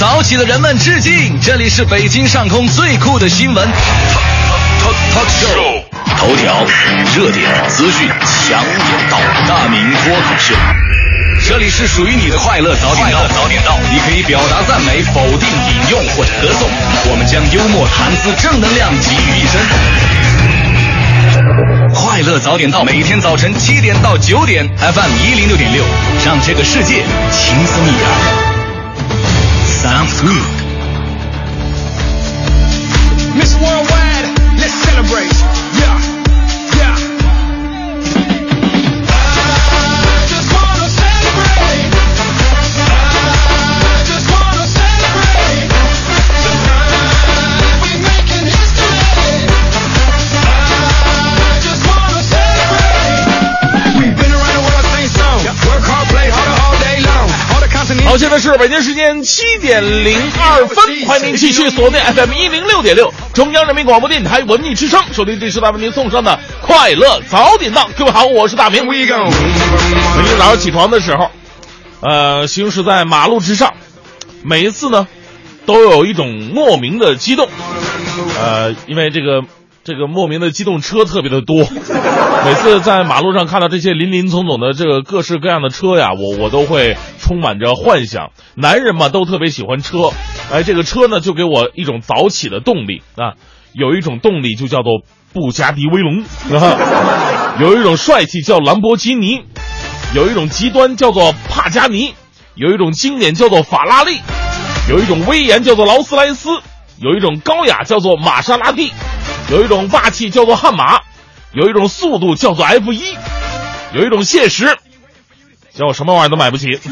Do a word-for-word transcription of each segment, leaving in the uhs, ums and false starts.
早起的人们致敬，这里是北京上空最酷的新闻 Talk Show， 头条、热点、资讯、强有道，大明脱口秀。这里是属于你的快乐早点到，早点到，你可以表达赞美、否定、引用或者歌颂，我们将幽默、谈资、正能量集于一身。快乐早点到，每天早晨七点到九点 ，F M 一零六点六，让这个世界轻松一点。Sounds good. Miss Worldwide, let's celebrate. Yeah, yeah. I just wanna celebrate. I just wanna celebrate. Tonight we're making history. I just wanna celebrate. We've been around the world, sing songs. Work hard, play harder all day long. All the continents. 好，现在是北京时间七点零二分，欢迎您继续锁定 F M 一零六点六，中央人民广播电台文艺之声，收听这是大为您送上的快乐早点到。各位好，我是大明。每天早上起床的时候，呃，行驶在马路之上，每一次呢，都有一种莫名的激动，呃，因为这个这个莫名的机动车特别的多，每次在马路上看到这些林林总总的这个各式各样的车呀，我我都会充满着幻想。男人嘛，都特别喜欢车，哎，这个车呢就给我一种早起的动力啊。有一种动力就叫做布加迪威龙啊，有一种帅气叫兰博基尼，有一种极端叫做帕加尼，有一种经典叫做法拉利，有一种威严叫做劳斯莱斯，有一种高雅叫做玛莎拉蒂，有一种霸气叫做悍马，有一种速度叫做 F 一， 有一种现实叫我什么玩意儿都买不起。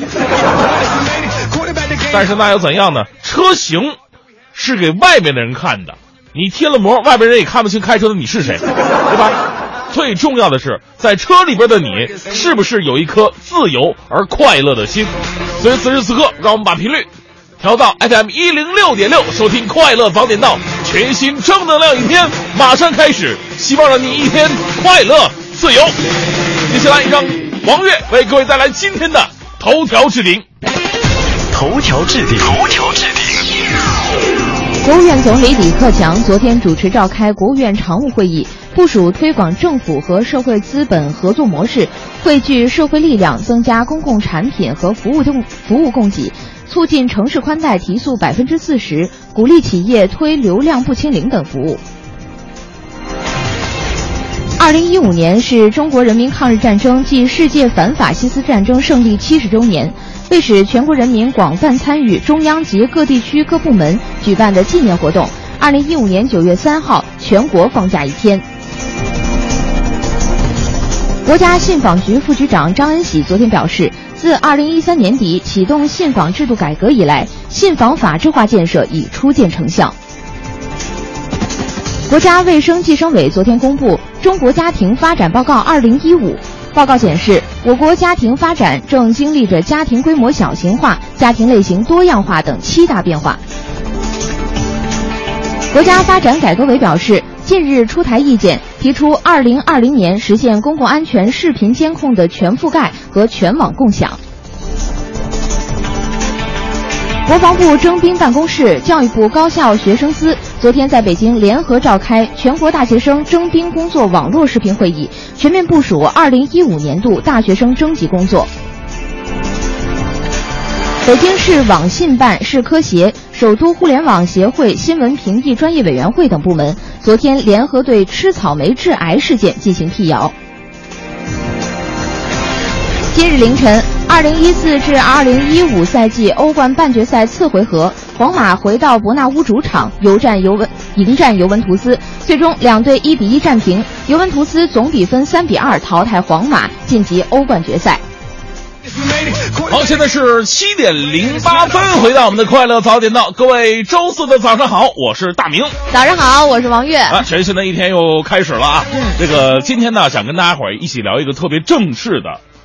但是那又怎样呢？车型是给外面的人看的，你贴了膜，外边人也看不清开车的你是谁，对吧？最重要的是，在车里边的你是不是有一颗自由而快乐的心？所以此时此刻，让我们把频率调到 F M 一零六点六，收听快乐早点到，全新正能量一天马上开始，希望让你一天快乐自由。接下来让王悦为各位带来今天的头条置顶。 头条置顶，头条置顶。 国务院总理李克强昨天主持召开国务院常务会议，部署推广政府和社会资本合作模式，汇聚社会力量，增加公共产品和服务供服务供给，促进城市宽带提速百分之四十，鼓励企业推流量不清零等服务。二零一五年是中国人民抗日战争暨世界反法西斯战争胜利七十周年，为使全国人民广泛参与中央及各地区各部门举办的纪念活动，二零一五年九月三号全国放假一天。国家信访局副局长张恩喜昨天表示，自二零一三年底启动信访制度改革以来，信访法制化建设已初见成效。国家卫生计生委昨天公布《中国家庭发展报告二零一五》，报告显示，我国家庭发展正经历着家庭规模小型化、家庭类型多样化等七大变化。国家发展改革委表示，近日出台意见，提出二零二零年实现公共安全视频监控的全覆盖和全网共享。国防部征兵办公室、教育部高校学生司昨天在北京联合召开全国大学生征兵工作网络视频会议，全面部署二零一五年度大学生征集工作。北京市网信办、市科协、首都互联网协会新闻评议专业委员会等部门昨天联合对吃草莓致癌事件进行辟谣。今日凌晨，二零一四至二零一五赛季欧冠半决赛次回合，皇马回到伯纳乌主场游战尤文迎战尤文图斯，最终两队一比一战平，尤文图斯总比分三比二淘汰皇马，晋级欧冠决赛。 好，现在是七点零八分，回到我们的快乐早点到，各位周四的早上好，我是大明。 早上好，我是王悦。 啊，全新的一天又开始了啊！嗯，这个今天呢，想跟大家伙儿一起聊一个特别正式的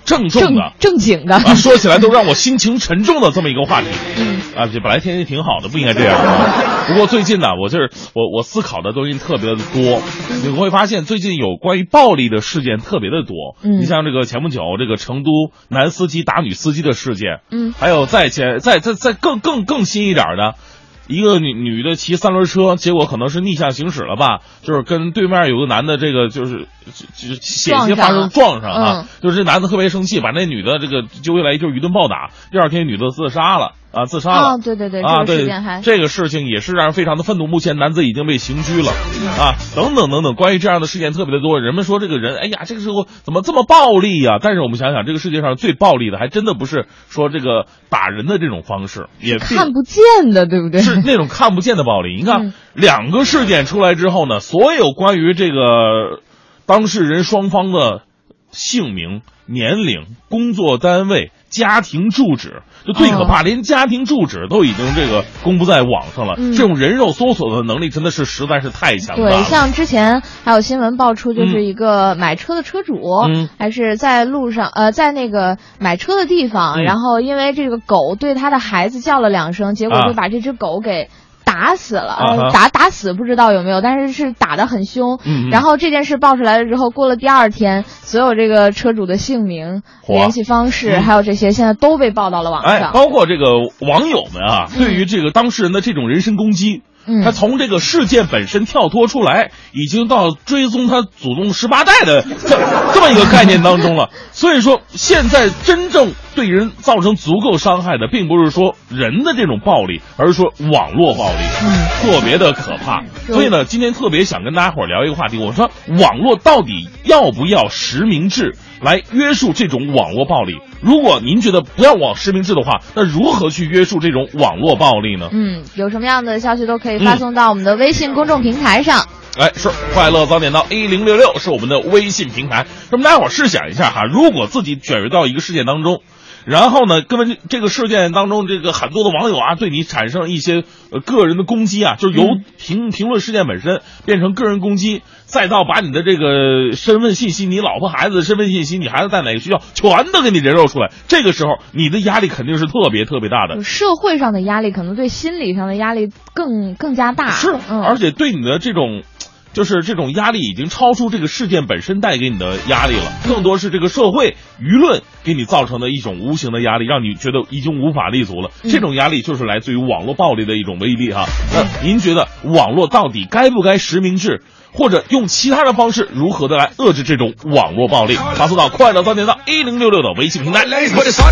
郑重的、 正正经的、 啊，说起来都让我心情沉重的这么一个话题。 嗯啊，这本来天气挺好的，不应该这样。不过最近呢，我就是我我思考的东西特别的多，你会发现最近有关于暴力的事件特别的多。 嗯， 你像这个前不久这个成都男司机打女司机的事件， 嗯， 还有再前再再再更更更新一点的。一个女女的骑三轮车，结果可能是逆向行驶了吧，就是跟对面有个男的这个就是就是险些发生撞上啊，嗯、就是这男的特别生气，把那女的这个揪下来就是一顿暴打，第二天女的自杀了。啊，自杀了！ 哦，对对对， 啊， 这个事件还这个事情也是让人非常的愤怒。目前男子已经被刑拘了，啊，等等等等，关于这样的事件特别的多。人们说这个人，哎呀，这个时候怎么这么暴力呀、啊？但是我们想想，这个世界上最暴力的，还真的不是说这个打人的这种方式，也看不见的，对不对？ 是那种看不见的暴力。你看、嗯、两个事件出来之后呢，所有关于这个当事人双方的姓名、年龄、工作单位、家庭住址。就最可怕，哦、连家庭住址都已经这个公布在网上了。嗯、这种人肉搜索的能力真的是实在是太强大了。 对，像之前还有新闻爆出，就是一个买车的车主，嗯、还是在路上呃，在那个买车的地方，嗯、然后因为这个狗对他的孩子叫了两声，结果就把这只狗给打死了， 啊、 打打死不知道有没有，但是是打得很凶。 嗯、 然后这件事爆出来了之后，过了第二天，所有这个车主的姓名、联系方式，嗯、还有这些，现在都被报到了网上。 哎，包括这个网友们啊，嗯、对于这个当事人的这种人身攻击。 嗯， 他从这个事件本身跳脱出来，已经到追踪他祖宗十八代的这这么一个概念当中了。所以说，现在真正对人造成足够伤害的，并不是说人的这种暴力，而是说网络暴力， 嗯， 特别的可怕。所以呢，今天特别想跟大家伙聊一个话题，我说网络到底要不要实名制来约束这种网络暴力？如果您觉得不要往实名制的话，那如何去约束这种网络暴力呢？ 嗯，有什么样的消息都可以发送到我们的微信公众平台上。 哎，是快乐早点到 A 零六六是我们的微信平台。那么大家伙试想一下哈，如果自己卷入到一个事件当中，然后呢，根据这个事件当中，这个很多的网友啊，对你产生一些呃个人的攻击啊，就是由评评论事件本身变成个人攻击，再到把你的这个身份信息、你老婆孩子的身份信息、你孩子在哪个学校，全都给你人肉出来。这个时候，你的压力肯定是特别特别大的。 社会上的压力可能对心理上的压力更更加大。 是， 嗯、 而且对你的这种。就是这种压力已经超出这个事件本身带给你的压力了，更多是这个社会舆论给你造成的一种无形的压力，让你觉得已经无法立足了。 嗯、 这种压力就是来自于网络暴力的一种威力哈。那您觉得网络到底该不该实名制？或者用其他的方式如何的来遏制这种网络暴力？发送到快乐早点到 A 零六六的微信平台。参与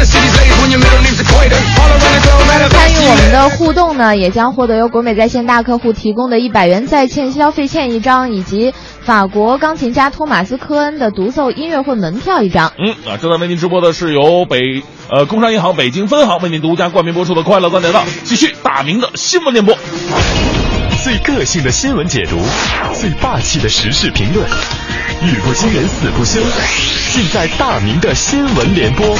我们的互动呢，也将获得由国美在线大客户提供的一百元在线消费券一张，以及法国钢琴家托马斯科恩的独奏音乐会门票一张。 嗯，啊，正在为您直播的是由北呃工商银行北京分行为您独家冠名播出的快乐早点到，继续大明的新闻联播。 最个性的新闻解读，最霸气的时事评论，语不惊人死不休，尽在大明的新闻联播。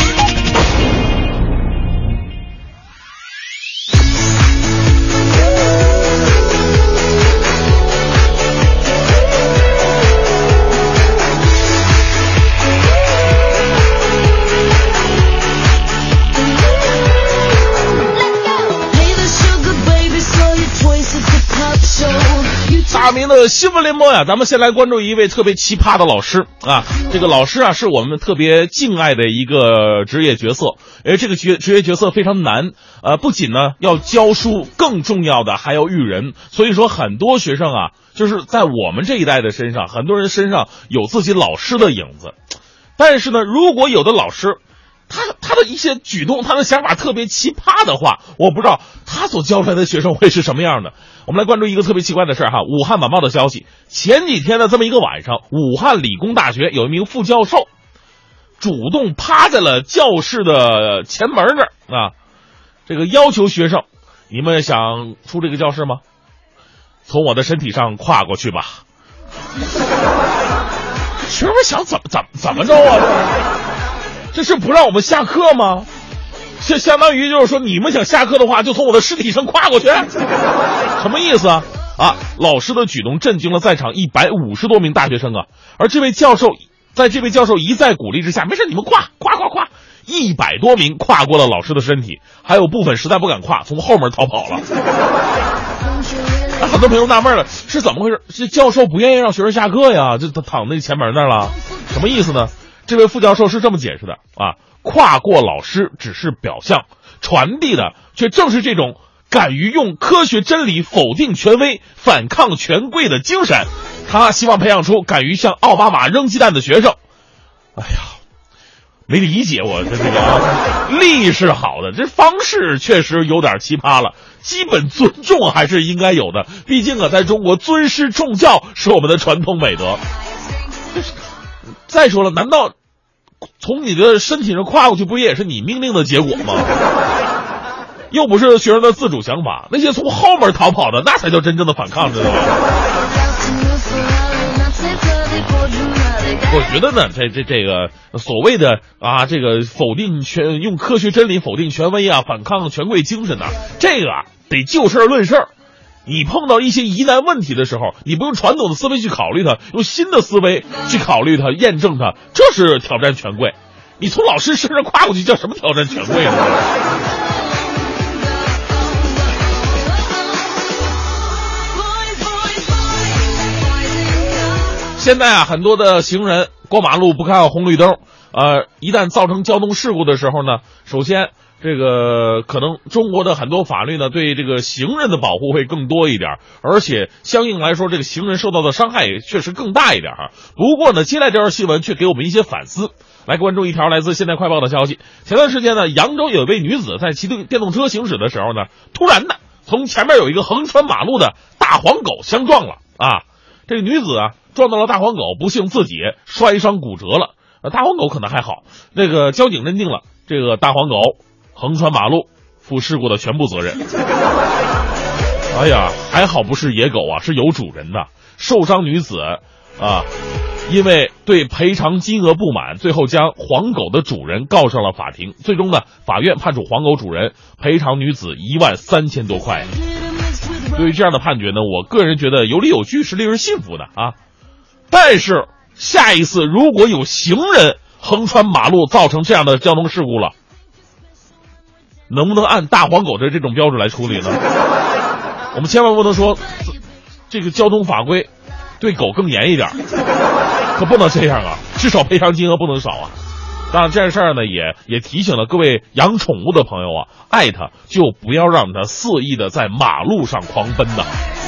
大明的新闻联播呀，咱们先来关注一位特别奇葩的老师啊。这个老师啊，是我们特别敬爱的一个职业角色，因为这个职职业角色非常难，呃，不仅呢要教书，更重要的还要育人。所以说，很多学生啊，就是在我们这一代的身上，很多人身上有自己老师的影子。但是呢，如果有的老师，他他的一些举动，他的想法特别奇葩的话，我不知道他所教出来的学生会是什么样的。我们来关注一个特别奇怪的事儿哈，武汉晚报的消息，前几天的这么一个晚上，武汉理工大学有一名副教授主动趴在了教室的前门这儿啊，这个要求学生，你们想出这个教室吗？从我的身体上跨过去吧。学生们想怎么怎么怎么着啊？这是不让我们下课吗？这相当于就是说，你们想下课的话，就从我的尸体上跨过去，什么意思啊？啊，老师的举动震惊了在场一百五十多名大学生啊！而这位教授在这位教授一再鼓励之下，没事你们跨跨跨跨，一百多名跨过了老师的身体，还有部分实在不敢跨，从后门逃跑了。很多朋友纳闷了，是怎么回事？是教授不愿意让学生下课呀？就他躺在前门那儿了，什么意思呢？这位副教授是这么解释的啊，跨过老师只是表象，传递的却正是这种敢于用科学真理否定权威、反抗权贵的精神。他希望培养出敢于向奥巴马扔鸡蛋的学生。哎呀，没理解我的这个啊，力是好的，这方式确实有点奇葩了。基本尊重还是应该有的，毕竟啊，在中国尊师重教是我们的传统美德。再说了，难道从你的身体上跨过去，不也是你命令的结果吗？又不是学生的自主想法，那些从后门逃跑的，那才叫真正的反抗，知道吗？我觉得呢，这这这个所谓的啊，这个否定权，用科学真理否定权威啊，反抗权贵精神呐、啊，这个啊得就事论事儿。你碰到一些疑难问题的时候，你不用传统的思维去考虑它，用新的思维去考虑它、验证它，这是挑战权贵。你从老师身上跨过去，叫什么挑战权贵呢？现在啊，很多的行人过马路不看红绿灯，呃，一旦造成交通事故的时候呢，首先这个可能中国的很多法律呢，对这个行人的保护会更多一点，而且相应来说，这个行人受到的伤害也确实更大一点哈。不过呢，接下来这条新闻却给我们一些反思。来关注一条来自现代快报的消息。前段时间呢，扬州有一位女子在骑电动车行驶的时候呢，突然的从前面有一个横穿马路的大黄狗相撞了啊！这个女子啊撞到了大黄狗，不幸自己摔伤骨折了。呃，大黄狗可能还好，那个交警认定了这个大黄狗横穿马路，负事故的全部责任。哎呀，还好不是野狗啊，是有主人的。受伤女子啊，因为对赔偿金额不满，最后将黄狗的主人告上了法庭。最终呢，法院判处黄狗主人赔偿女子一万三千多块。对于这样的判决呢，我个人觉得有理有据，是令人信服的啊。但是下一次如果有行人横穿马路造成这样的交通事故了，能不能按大黄狗的这种标准来处理呢？我们千万不能说这个交通法规对狗更严一点，可不能这样啊，至少赔偿金额不能少啊。当然这事儿呢，也也提醒了各位养宠物的朋友啊，爱它就不要让它肆意的在马路上狂奔的。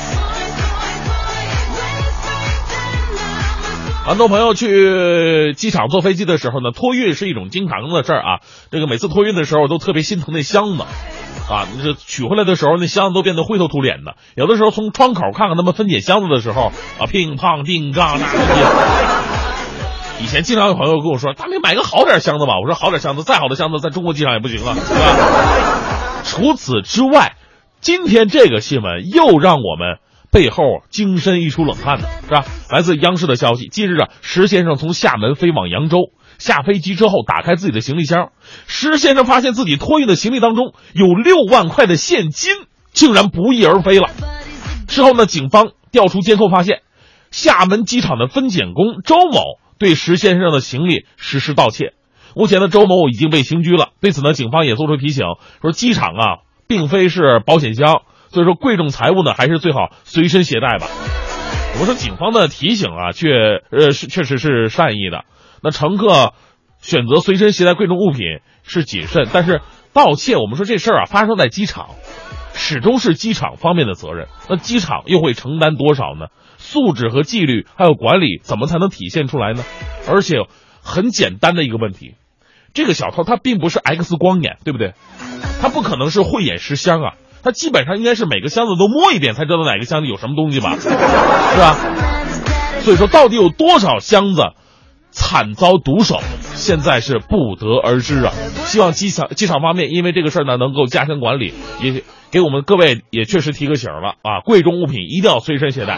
很多朋友去机场坐飞机的时候呢，托运是一种经常的事儿啊。这个每次托运的时候都特别心疼那箱子啊，这取回来的时候那箱子都变得灰头土脸的。有的时候从窗口看看他们分拣箱子的时候啊，乒乓叮当那些。以前经常有朋友跟我说，大明买个好点箱子吧。我说好点箱子，再好的箱子在中国机场也不行啊，是吧？除此之外，今天这个新闻又让我们背后惊身一出冷汗的是吧？来自央视的消息，近日啊，石先生从厦门飞往扬州，下飞机之后打开自己的行李箱，石先生发现自己托运的行李当中有六万块的现金竟然不翼而飞了。事后呢，警方调出监控发现，厦门机场的分拣工周某对石先生的行李实施盗窃。目前呢，周某已经被刑拘了。对此呢，警方也做出提醒，说机场啊并非是保险箱，所以说贵重财物呢还是最好随身携带吧。我们说警方的提醒啊，确呃是确实是善意的。那乘客选择随身携带贵重物品是谨慎，但是盗窃，我们说这事儿啊发生在机场，始终是机场方面的责任。那机场又会承担多少呢？素质和纪律还有管理怎么才能体现出来呢？而且很简单的一个问题，这个小偷他并不是 X 光眼，对不对？他不可能是慧眼识箱啊，他基本上应该是每个箱子都摸一遍才知道哪个箱子有什么东西吧，是吧？所以说到底有多少箱子惨遭毒手，现在是不得而知啊。希望机场机场方面因为这个事儿呢能够加强管理，也给我们各位也确实提个醒了啊，贵重物品一定要随身携带。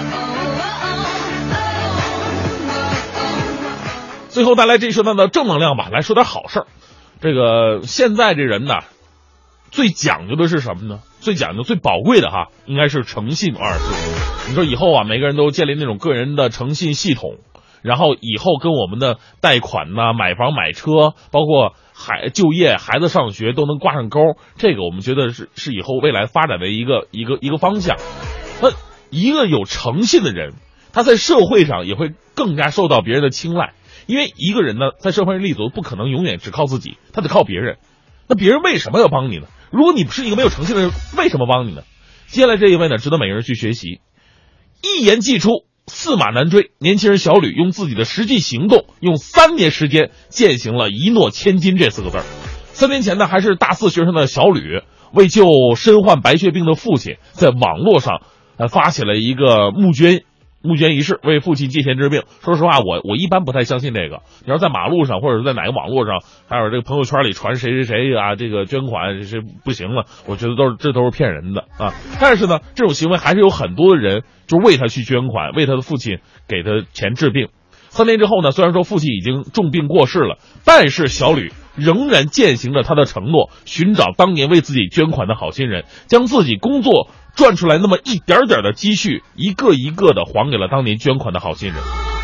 最后带来这一时段的正能量吧，来说点好事儿。这个现在这人呢，最讲究的是什么呢？最讲究、最宝贵的哈，应该是诚信二字。你说以后啊，每个人都建立那种个人的诚信系统， 然后以后跟我们的贷款呐、买房买车，包括孩就业、孩子上学都能挂上钩，这个我们觉得是是以后未来发展的一个一个一个方向。那一个有诚信的人，他在社会上也会更加受到别人的青睐，因为一个人呢在社会上立足，不可能永远只靠自己，他得靠别人。那别人为什么要帮你呢？如果你不是一个没有诚信的人，为什么帮你呢？接下来这一位呢，值得每个人去学习。一言既出，驷马难追。年轻人小吕用自己的实际行动，用三年时间践行了一诺千金这四个字儿。三年前呢，还是大四学生的小吕，为救身患白血病的父亲，在网络上呃发起了一个募捐募捐仪式，为父亲借钱治病。说实话，我我一般不太相信这个。你要在马路上或者是在哪个网络上，还有这个朋友圈里传谁谁谁啊，这个捐款谁不行了，我觉得都是这都是骗人的啊。但是呢，这种行为还是有很多的人就为他去捐款，为他的父亲给他钱治病。三年之后呢，虽然说父亲已经重病过世了，但是小吕仍然践行着他的承诺，寻找当年为自己捐款的好心人，将自己工作赚出来那么一点点的积蓄，一个一个的还给了当年捐款的好心人。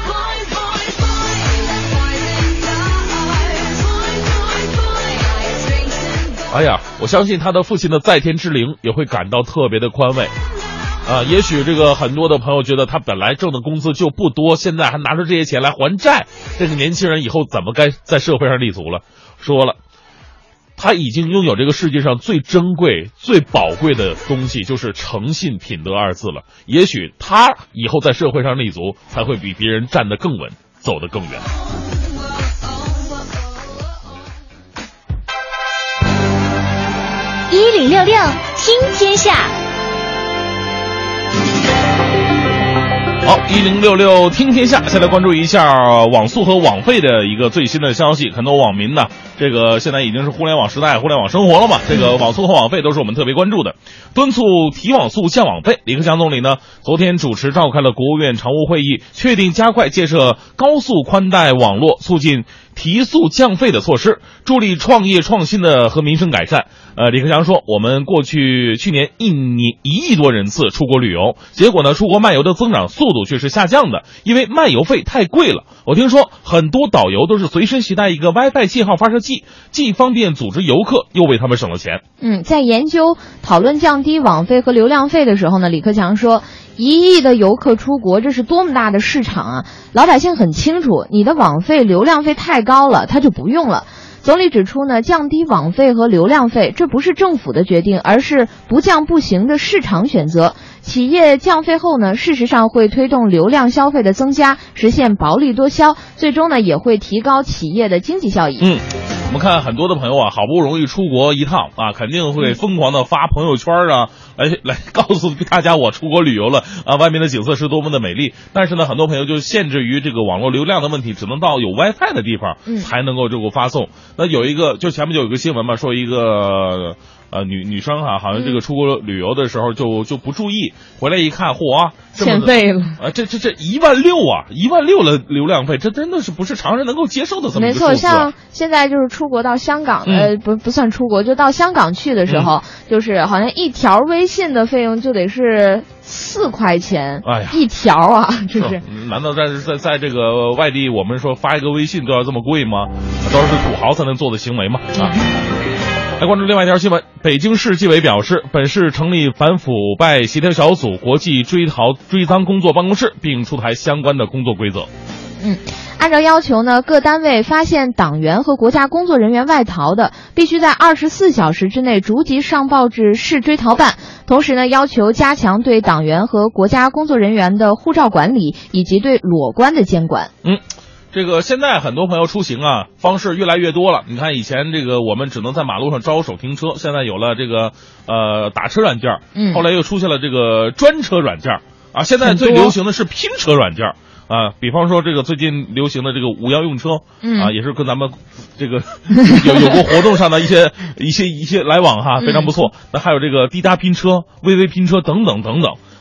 哎呀，我相信他的父亲的在天之灵也会感到特别的宽慰。啊，也许这个很多的朋友觉得他本来挣的工资就不多，现在还拿出这些钱来还债，这个年轻人以后怎么该在社会上立足了？说了，他已经拥有这个世界上最珍贵、最宝贵的东西，就是诚信、品德二字了。也许他以后在社会上立足，才会比别人站得更稳，走得更远。 一零六六听天下。 好，一零六六听天下，先来关注一下网速和网费的一个最新的消息。很多网民呢，这个现在已经是互联网时代、互联网生活了嘛，这个网速和网费都是我们特别关注的。敦促提网速降网费，李克强总理呢昨天主持召开了国务院常务会议，确定加快建设高速宽带网络，促进提速降费的措施，助力创业创新的和民生改善。呃，李克强说，我们过去去年一年一亿多人次出国旅游，结果呢，出国漫游的增长速度却是下降的，因为漫游费太贵了。我听说很多导游都是随身携带一个 WiFi 信号发射器，既方便组织游客，又为他们省了钱。 嗯，在研究讨论降低网费和流量费的时候呢，李克强说，一亿的游客出国，这是多么大的市场啊！老百姓很清楚，你的网费、流量费太高了，他就不用了。总理指出呢，降低网费和流量费，这不是政府的决定，而是不降不行的市场选择。企业降费后呢，事实上会推动流量消费的增加，实现薄利多销，最终呢也会提高企业的经济效益。 嗯。我们看很多的朋友啊，好不容易出国一趟啊，肯定会疯狂的发朋友圈啊，来来告诉大家我出国旅游了啊，外面的景色是多么的美丽。但是呢，很多朋友就限制于这个网络流量的问题，只能到有 WiFi 的地方才能够这个发送。那有一个，就前面就有一个新闻嘛，说一个呃女女生哈、啊，好像这个出国旅游的时候就就不注意，回来一看，嚯啊， 欠费了啊！这这这一万六啊，一万六的流量费，这真的是不是常人能够接受的这么一个数字、啊。 没错，像现在就是出国到香港， 嗯、 呃，不不算出国，就到香港去的时候，嗯、就是好像一条微信的费用就得是四块钱， 哎呀， 一条啊，这是。 难道在在在这个外地，我们说发一个微信都要这么贵吗？都是土豪才能做的行为吗？啊！来关注另外一条新闻，北京市纪委表示，本市成立反腐败协调小组、国际追逃追赃工作办公室，并出台相关的工作规则。 嗯，按照要求呢，各单位发现党员和国家工作人员外逃的，必须在二十四小时之内逐级上报至市追逃办。同时呢，要求加强对党员和国家工作人员的护照管理以及对裸关的监管。 嗯。这个现在很多朋友出行啊，方式越来越多了。你看以前这个我们只能在马路上招手停车，现在有了这个呃打车软件，嗯，后来又出现了这个专车软件啊，现在最流行的是拼车软件啊，比方说这个最近流行的这个五幺用车，嗯啊，也是跟咱们这个有有过活动上的一些一些一些来往哈，非常不错。那还有这个滴答拼车、微微拼车等等等等。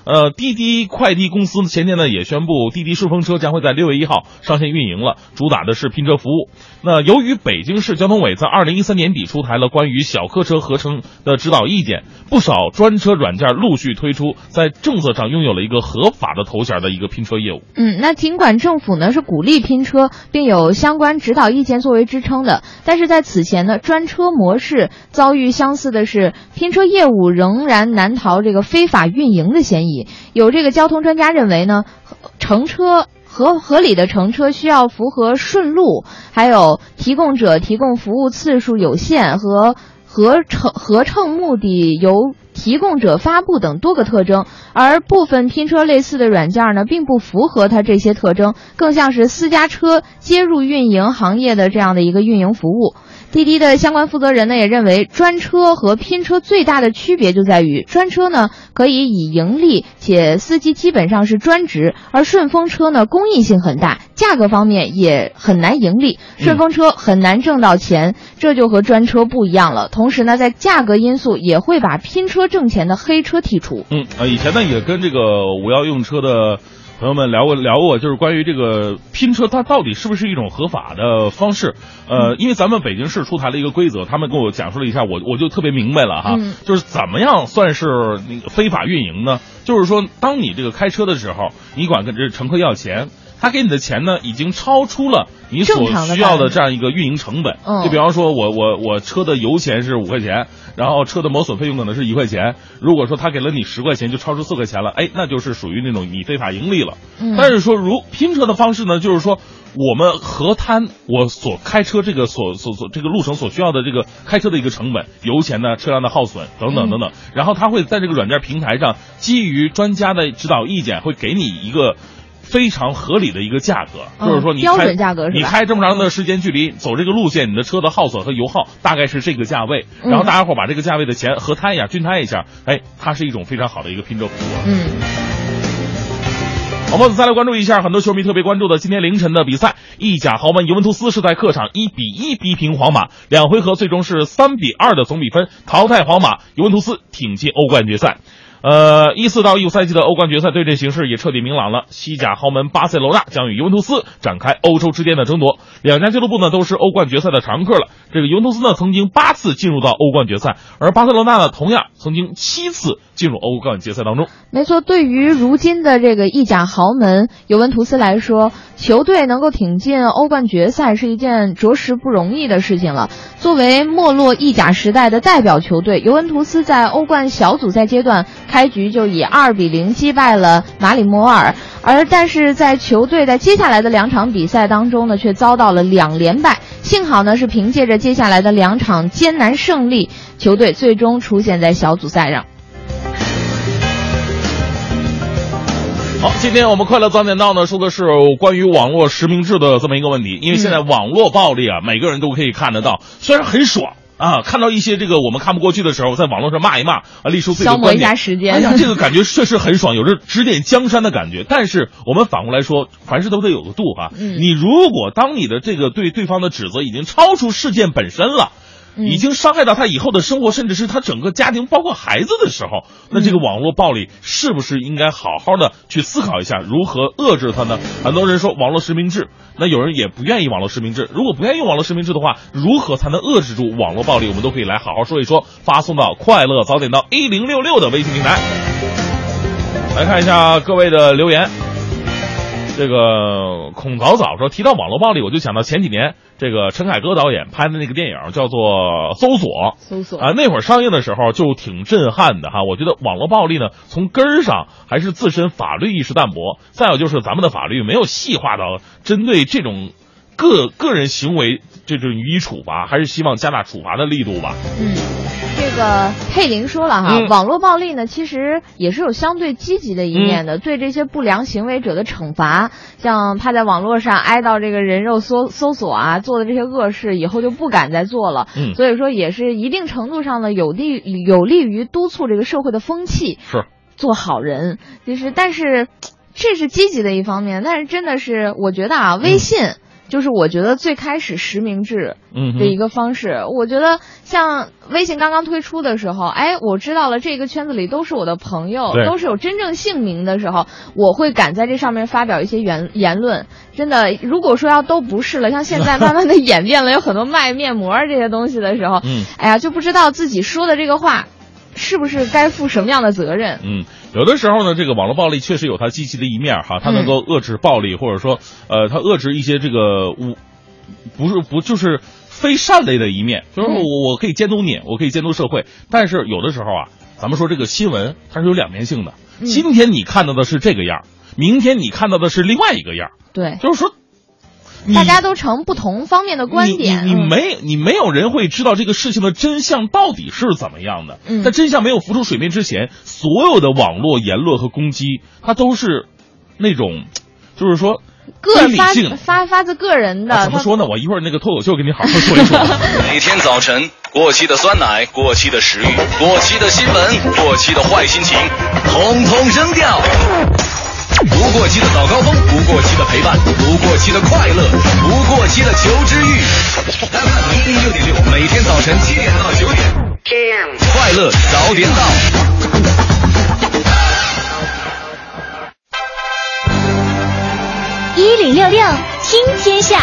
呃，滴滴快递公司前天呢也宣布，滴滴顺风车将会在六月一号上线运营了，主打的是拼车服务。那由于北京市交通委在二零一三年底出台了关于小客车合成的指导意见，不少专车软件陆续推出，在政策上拥有了一个合法的头衔的一个拼车业务。 嗯，那尽管政府呢是鼓励拼车，并有相关指导意见作为支撑的，但是在此前呢，专车模式遭遇相似的是，拼车业务仍然难逃这个非法运营的嫌疑。有这个交通专家认为呢，乘车合合理的乘车需要符合顺路，还有提供者提供服务次数有限和合乘合乘目的由提供者发布等多个特征，而部分拼车类似的软件呢，并不符合它这些特征，更像是私家车接入运营行业的这样的一个运营服务。滴滴的相关负责人呢也认为，专车和拼车最大的区别就在于，专车呢可以以盈利，且司机基本上是专职，而顺风车呢公益性很大，价格方面也很难盈利，顺风车很难挣到钱，这就和专车不一样了。同时呢，在价格因素也会把拼车挣钱的黑车剔除。 嗯，呃，以前呢也跟这个五幺用车的朋友们聊过聊过，就是关于这个拼车它到底是不是一种合法的方式。呃，因为咱们北京市出台了一个规则，他们跟我讲述了一下，我我就特别明白了哈， 嗯、 就是怎么样算是那个非法运营呢？就是说，当你这个开车的时候，你管跟这乘客要钱，他给你的钱呢，已经超出了你所需要的这样一个运营成本。 嗯， 就比方说我我我车的油钱是五块钱，然后车的磨损费用可能是一块钱。如果说他给了你十块钱，就超出四块钱了，哎，那就是属于那种你非法盈利了。 嗯， 但是说如拼车的方式呢，就是说我们核摊我所开车这个所所所这个路程所需要的这个开车的一个成本，油钱呢、车辆的耗损等等等等，嗯、然后他会在这个软件平台上，基于专家的指导意见，会给你一个非常合理的一个价格， 嗯、 就是说你开标准价格是吧？ 你开这么长的时间距离走这个路线，你的车的耗损和油耗大概是这个价位， 嗯、 然后大家伙把这个价位的钱核摊一下，均摊一下，哎，它是一种非常好的一个拼车服务。 嗯。 我们再来关注一下很多球迷特别关注的今天凌晨的比赛，意甲豪门尤文图斯是在客场一比一逼平皇马，两回合最终是三比二的总比分淘汰皇马，尤文图斯挺进欧冠决赛。呃，一四到一五赛季的欧冠决赛对阵形势也彻底明朗了。西甲豪门巴塞罗那将与尤文图斯展开欧洲之巅的争夺，两家俱乐部呢都是欧冠决赛的常客了。这个尤文图斯呢曾经八次进入到欧冠决赛，而巴塞罗那呢同样曾经七次进入欧冠决赛当中。 没错，对于如今的这个意甲豪门尤文图斯来说，球队能够挺进欧冠决赛是一件着实不容易的事情了。作为没落意甲时代的代表球队，尤文图斯在欧冠小组赛阶段开局就以二比零击败了马里莫尔，而但是在球队在接下来的两场比赛当中呢，却遭到了两连败。幸好呢是凭借着接下来的两场艰难胜利，球队最终出现在小组赛上。 好，今天我们快乐早点到呢，说的是关于网络实名制的这么一个问题。因为现在网络暴力啊，每个人都可以看得到，虽然很爽啊，看到一些这个我们看不过去的时候，在网络上骂一骂啊，立出自己的观点， 消磨一下时间。 哎呀，这个感觉确实很爽，有着指点江山的感觉。但是我们反过来说，凡事都得有个度哈。 嗯， 你如果当你的这个对对方的指责已经超出事件本身了，已经伤害到他以后的生活，甚至是他整个家庭包括孩子的时候，那这个网络暴力是不是应该好好的去思考一下如何遏制它呢？很多人说网络实名制，那有人也不愿意网络实名制。如果不愿意用网络实名制的话，如何才能遏制住网络暴力？我们都可以来好好说一说，发送到快乐早点到一零六六的微信平台。来看一下各位的留言。这个孔早早说，提到网络暴力，我就想到前几年这个陈凯歌导演拍的那个电影叫做《搜索》， 搜索啊，那会儿上映的时候就挺震撼的哈。我觉得网络暴力呢，从根儿上还是自身法律意识淡薄，再有就是咱们的法律没有细化到针对这种个个人行为这种予以处罚，还是希望加大处罚的力度吧。 嗯，这个佩林说了哈、嗯，网络暴力呢其实也是有相对积极的一面的，嗯、对这些不良行为者的惩罚，像他在网络上挨到这个人肉搜搜索啊，做的这些恶事，以后就不敢再做了。 嗯， 所以说也是一定程度上呢有利有利于督促这个社会的风气， 是做好人。就是但是这是积极的一方面，但是真的是我觉得啊，微信。嗯就是我觉得最开始实名制嗯的一个方式。嗯、我觉得像微信刚刚推出的时候，哎，我知道了这个圈子里都是我的朋友，都是有真正姓名的时候，我会敢在这上面发表一些言言论。真的，如果说要都不是了，像现在慢慢的演变了，有很多卖面膜这些东西的时候， 嗯， 哎呀，就不知道自己说的这个话是不是该负什么样的责任。 嗯，有的时候呢，这个网络暴力确实有它积极的一面哈，它能够遏制暴力，嗯、或者说呃，它遏制一些这个无不是不就是非善类的一面，就是我我可以监督你，我可以监督社会，但是有的时候啊，咱们说这个新闻它是有两面性的， 嗯、 今天你看到的是这个样，明天你看到的是另外一个样， 对， 就是说。 大家都成不同方面的观点， 你你你没你没有人会知道这个事情的真相到底是怎么样的。 嗯， 在真相没有浮出水面之前，所有的网络言论和攻击，它都是那种，就是说个理性发发发自个人的。 啊、怎么说呢？我一会儿那个脱口秀给你好好说一说。 每天早晨，过期的酸奶，过期的食欲，过期的新闻，过期的坏心情，统统扔掉。不过期的早高峰，不过期的陪伴，不过期的快乐，不过期的求知欲。F M 一零六点六，每天早晨七点到九点，快乐早点到。 一零六六听天下。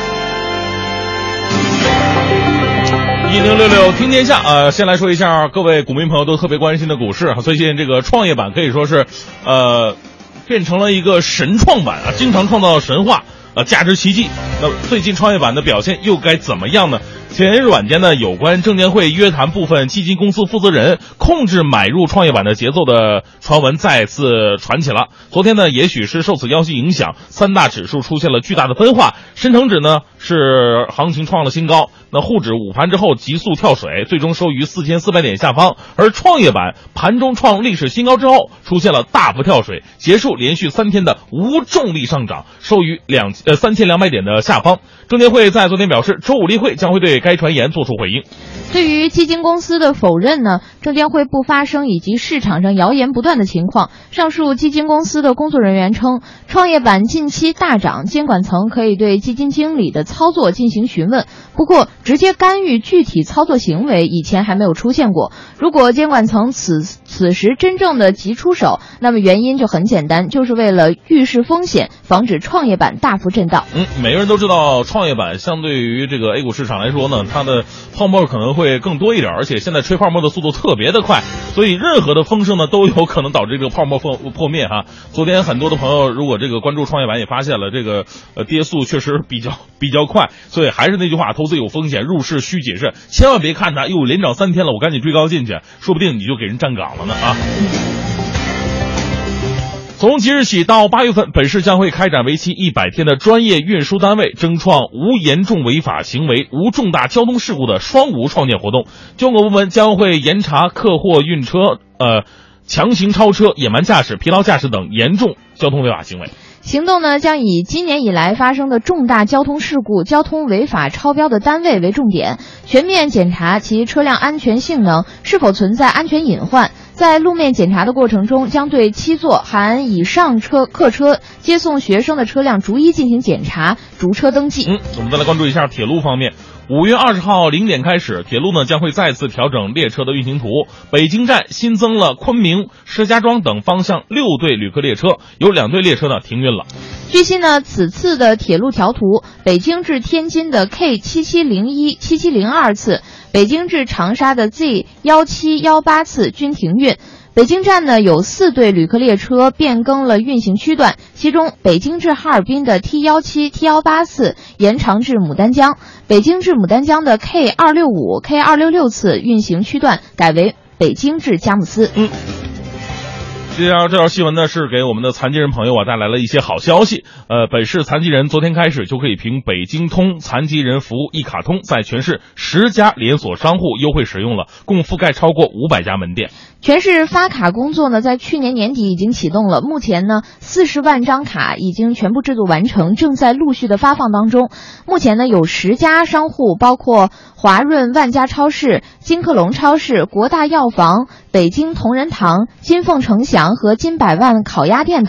一零六六听天下，呃，先来说一下各位股民朋友都特别关心的股市。最近这个创业板可以说是，呃。变成了一个神创板啊，经常创造神话，呃，价值奇迹。那最近创业板的表现又该怎么样呢？前软件呢，有关证监会约谈部分基金公司负责人控制买入创业板的节奏的传闻再次传起了。昨天呢，也许是受此消息影响，三大指数出现了巨大的分化。深成指呢是行情创了新高，那沪指午盘之后急速跳水，最终收于四千四百点下方。而创业板盘中创历史新高之后，出现了大幅跳水，结束连续三天的无重力上涨，收于两呃三千两百点的下方。证监会在昨天表示，周五例会将会对该传言作出回应。 对于基金公司的否认呢，证监会不发声以及市场上谣言不断的情况，上述基金公司的工作人员称，创业板近期大涨，监管层可以对基金经理的操作进行询问，不过直接干预具体操作行为以前还没有出现过。如果监管层此此时真正的急出手，那么原因就很简单，就是为了预示风险，防止创业板大幅震荡。 嗯，每个人都知道创业板相对于这个 A 股市场来说呢，它的泡沫可能会更多一点，而且现在吹泡沫的速度特别的快，所以任何的风声呢都有可能导致这个泡沫破破灭哈。昨天很多的朋友如果这个关注创业板也发现了这个呃跌速确实比较比较快，所以还是那句话，投资有风险，入市需谨慎，千万别看它又连涨三天了，我赶紧追高进去，说不定你就给人站岗了呢啊。从即日起到八月份，本市将会开展为期一百天的专业运输单位争创无严重违法行为、无重大交通事故的双无创建活动。监管部门将会严查客货运车、呃强行超车、野蛮驾驶、疲劳驾驶等严重交通违法行为。 行动呢将以今年以来发生的重大交通事故、交通违法超标的单位为重点，全面检查其车辆安全性能是否存在安全隐患。在路面检查的过程中，将对七座含以上车客车接送学生的车辆逐一进行检查，逐车登记。 嗯，我们再来关注一下铁路方面。五月二十号零点开始，铁路呢将会再次调整列车的运行图。北京站新增了昆明、石家庄等方向六对旅客列车，有两对列车呢停运了。 据悉呢，此次的铁路调图，北京至天津的 K 七七零一、七七零二次，北京至长沙的 Z 一七一八次均停运。北京站呢有四对旅客列车变更了运行区段，其中北京至哈尔滨的 T 一七、T 一八次延长至牡丹江，北京至牡丹江的 K 二六五、K 二六六次运行区段改为北京至佳木斯。 嗯。这条这条新闻呢，是给我们的残疾人朋友啊带来了一些好消息。呃，本市残疾人昨天开始就可以凭北京通残疾人服务一卡通，在全市十家连锁商户优惠使用了，共覆盖超过五百家门店。 全市发卡工作呢，在去年年底已经启动了，目前呢，四十万张卡已经全部制作完成，正在陆续的发放当中。目前呢，有十家商户，包括华润万家超市、金客隆超市、国大药房、北京同仁堂、金凤呈祥和金百万烤鸭店等，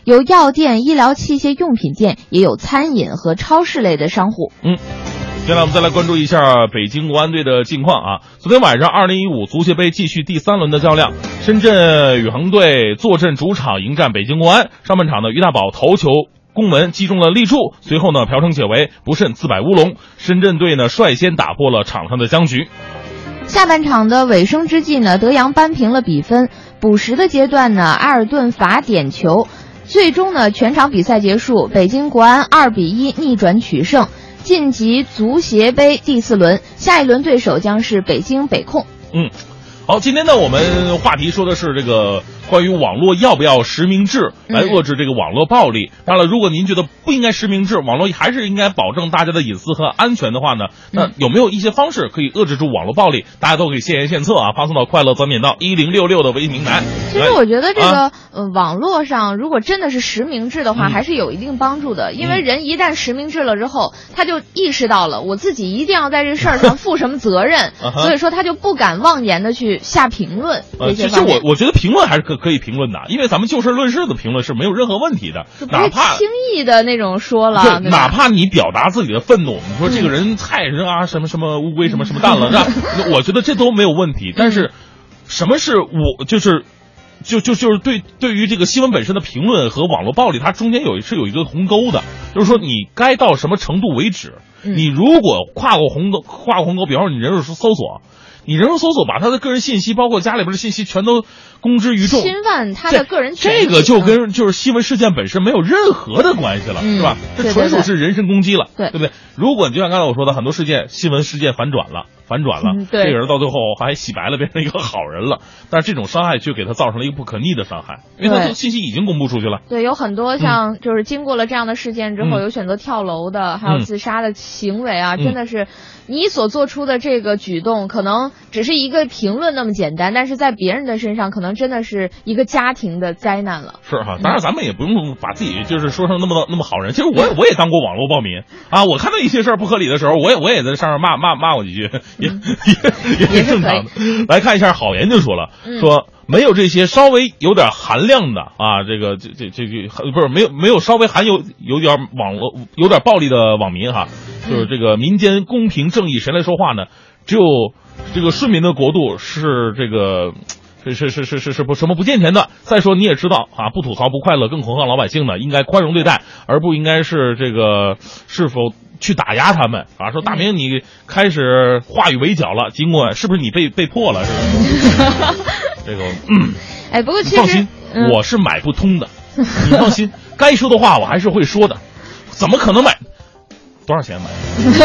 有药店、医疗器械用品店，也有餐饮和超市类的商户。 嗯。接下来我们再来关注一下北京国安队的近况啊。昨天晚上二零一五足协杯继续第三轮的较量，深圳宇恒队坐镇主场迎战北京国安。上半场呢，于大宝头球攻门击中了立柱，随后呢朴成解围，不慎自摆乌龙。深圳队呢率先打破了场上的僵局。 下半场的尾声之际呢，德阳扳平了比分。补时的阶段呢，埃尔顿罚点球，最终呢全场比赛结束，北京国安二比一逆转取胜。晋级足协杯第四轮，下一轮对手将是北京北控。 嗯，好，今天呢我们话题说的是这个关于网络要不要实名制来遏制这个网络暴力。当然了，如果您觉得不应该实名制，网络还是应该保证大家的隐私和安全的话呢，那有没有一些方式可以遏制住网络暴力？大家都可以献言献策啊，发送到快乐早点到一零六六的微信平台。 其实我觉得这个、 啊、 呃网络上如果真的是实名制的话、嗯、还是有一定帮助的，因为人一旦实名制了之后，他就意识到了我自己一定要在这事儿上负什么责任所以说他就不敢妄言的去下评论这些方面。 呃、其实我我觉得评论还是可可以评论的，因为咱们就事论事的评论是没有任何问题的，哪怕轻易的那种说了， 对，哪怕你表达自己的愤怒，你说这个人太人啊，什么什么乌龟什么什么蛋了，是吧？我觉得这都没有问题。但是，什么是我就是，就就就是对对于这个新闻本身的评论和网络暴力，它中间有是有一个鸿沟的，就是说你该到什么程度为止。你如果跨过鸿沟，跨过鸿沟，比方说你人肉搜索。你人肉搜索把他的个人信息，包括家里边的信息，全都公之于众， 侵犯他的个人权利，这个就跟就是新闻事件本身没有任何的关系了， 嗯、 是吧？这纯属是人身攻击了， 对对不对？如果你就像刚才我说的，很多事件新闻事件反转了，反转了， 嗯、对这个人到最后还洗白了，变成一个好人了，但是这种伤害却给他造成了一个不可逆的伤害，因为他的信息已经公布出去了。 对，有很多像就是经过了这样的事件之后， 嗯、 有选择跳楼的，还有自杀的行为啊， 嗯、 真的是你所做出的这个举动，可能只是一个评论那么简单，但是在别人的身上，可能真的是一个家庭的灾难了。 是哈，当然咱们也不用把自己就是说成那么那么好人。其实我也我也当过网络暴民啊，我看到一些事儿不合理的时候，我也我也在上面骂骂骂我几句，也、嗯、也也是正常的。来看一下郝岩就说了， 嗯、 说没有这些稍微有点含量的啊，这个这这这个不是没有没有稍微含有有点网络有点暴力的网民哈，就是这个民间公平正义谁来说话呢？只有这个顺民的国度是这个。是是是是是是不什么不健全的。再说你也知道啊，不吐槽不快乐，更何况老百姓呢？应该宽容对待，而不应该是这个是否去打压他们啊？说大明你开始话语围剿了，尽管是不是你被被迫了？是吧？这个，嗯， 哎，不过其实放心， 嗯、 我是买不通的。你放心，该说的话我还是会说的。怎么可能买？多少钱买？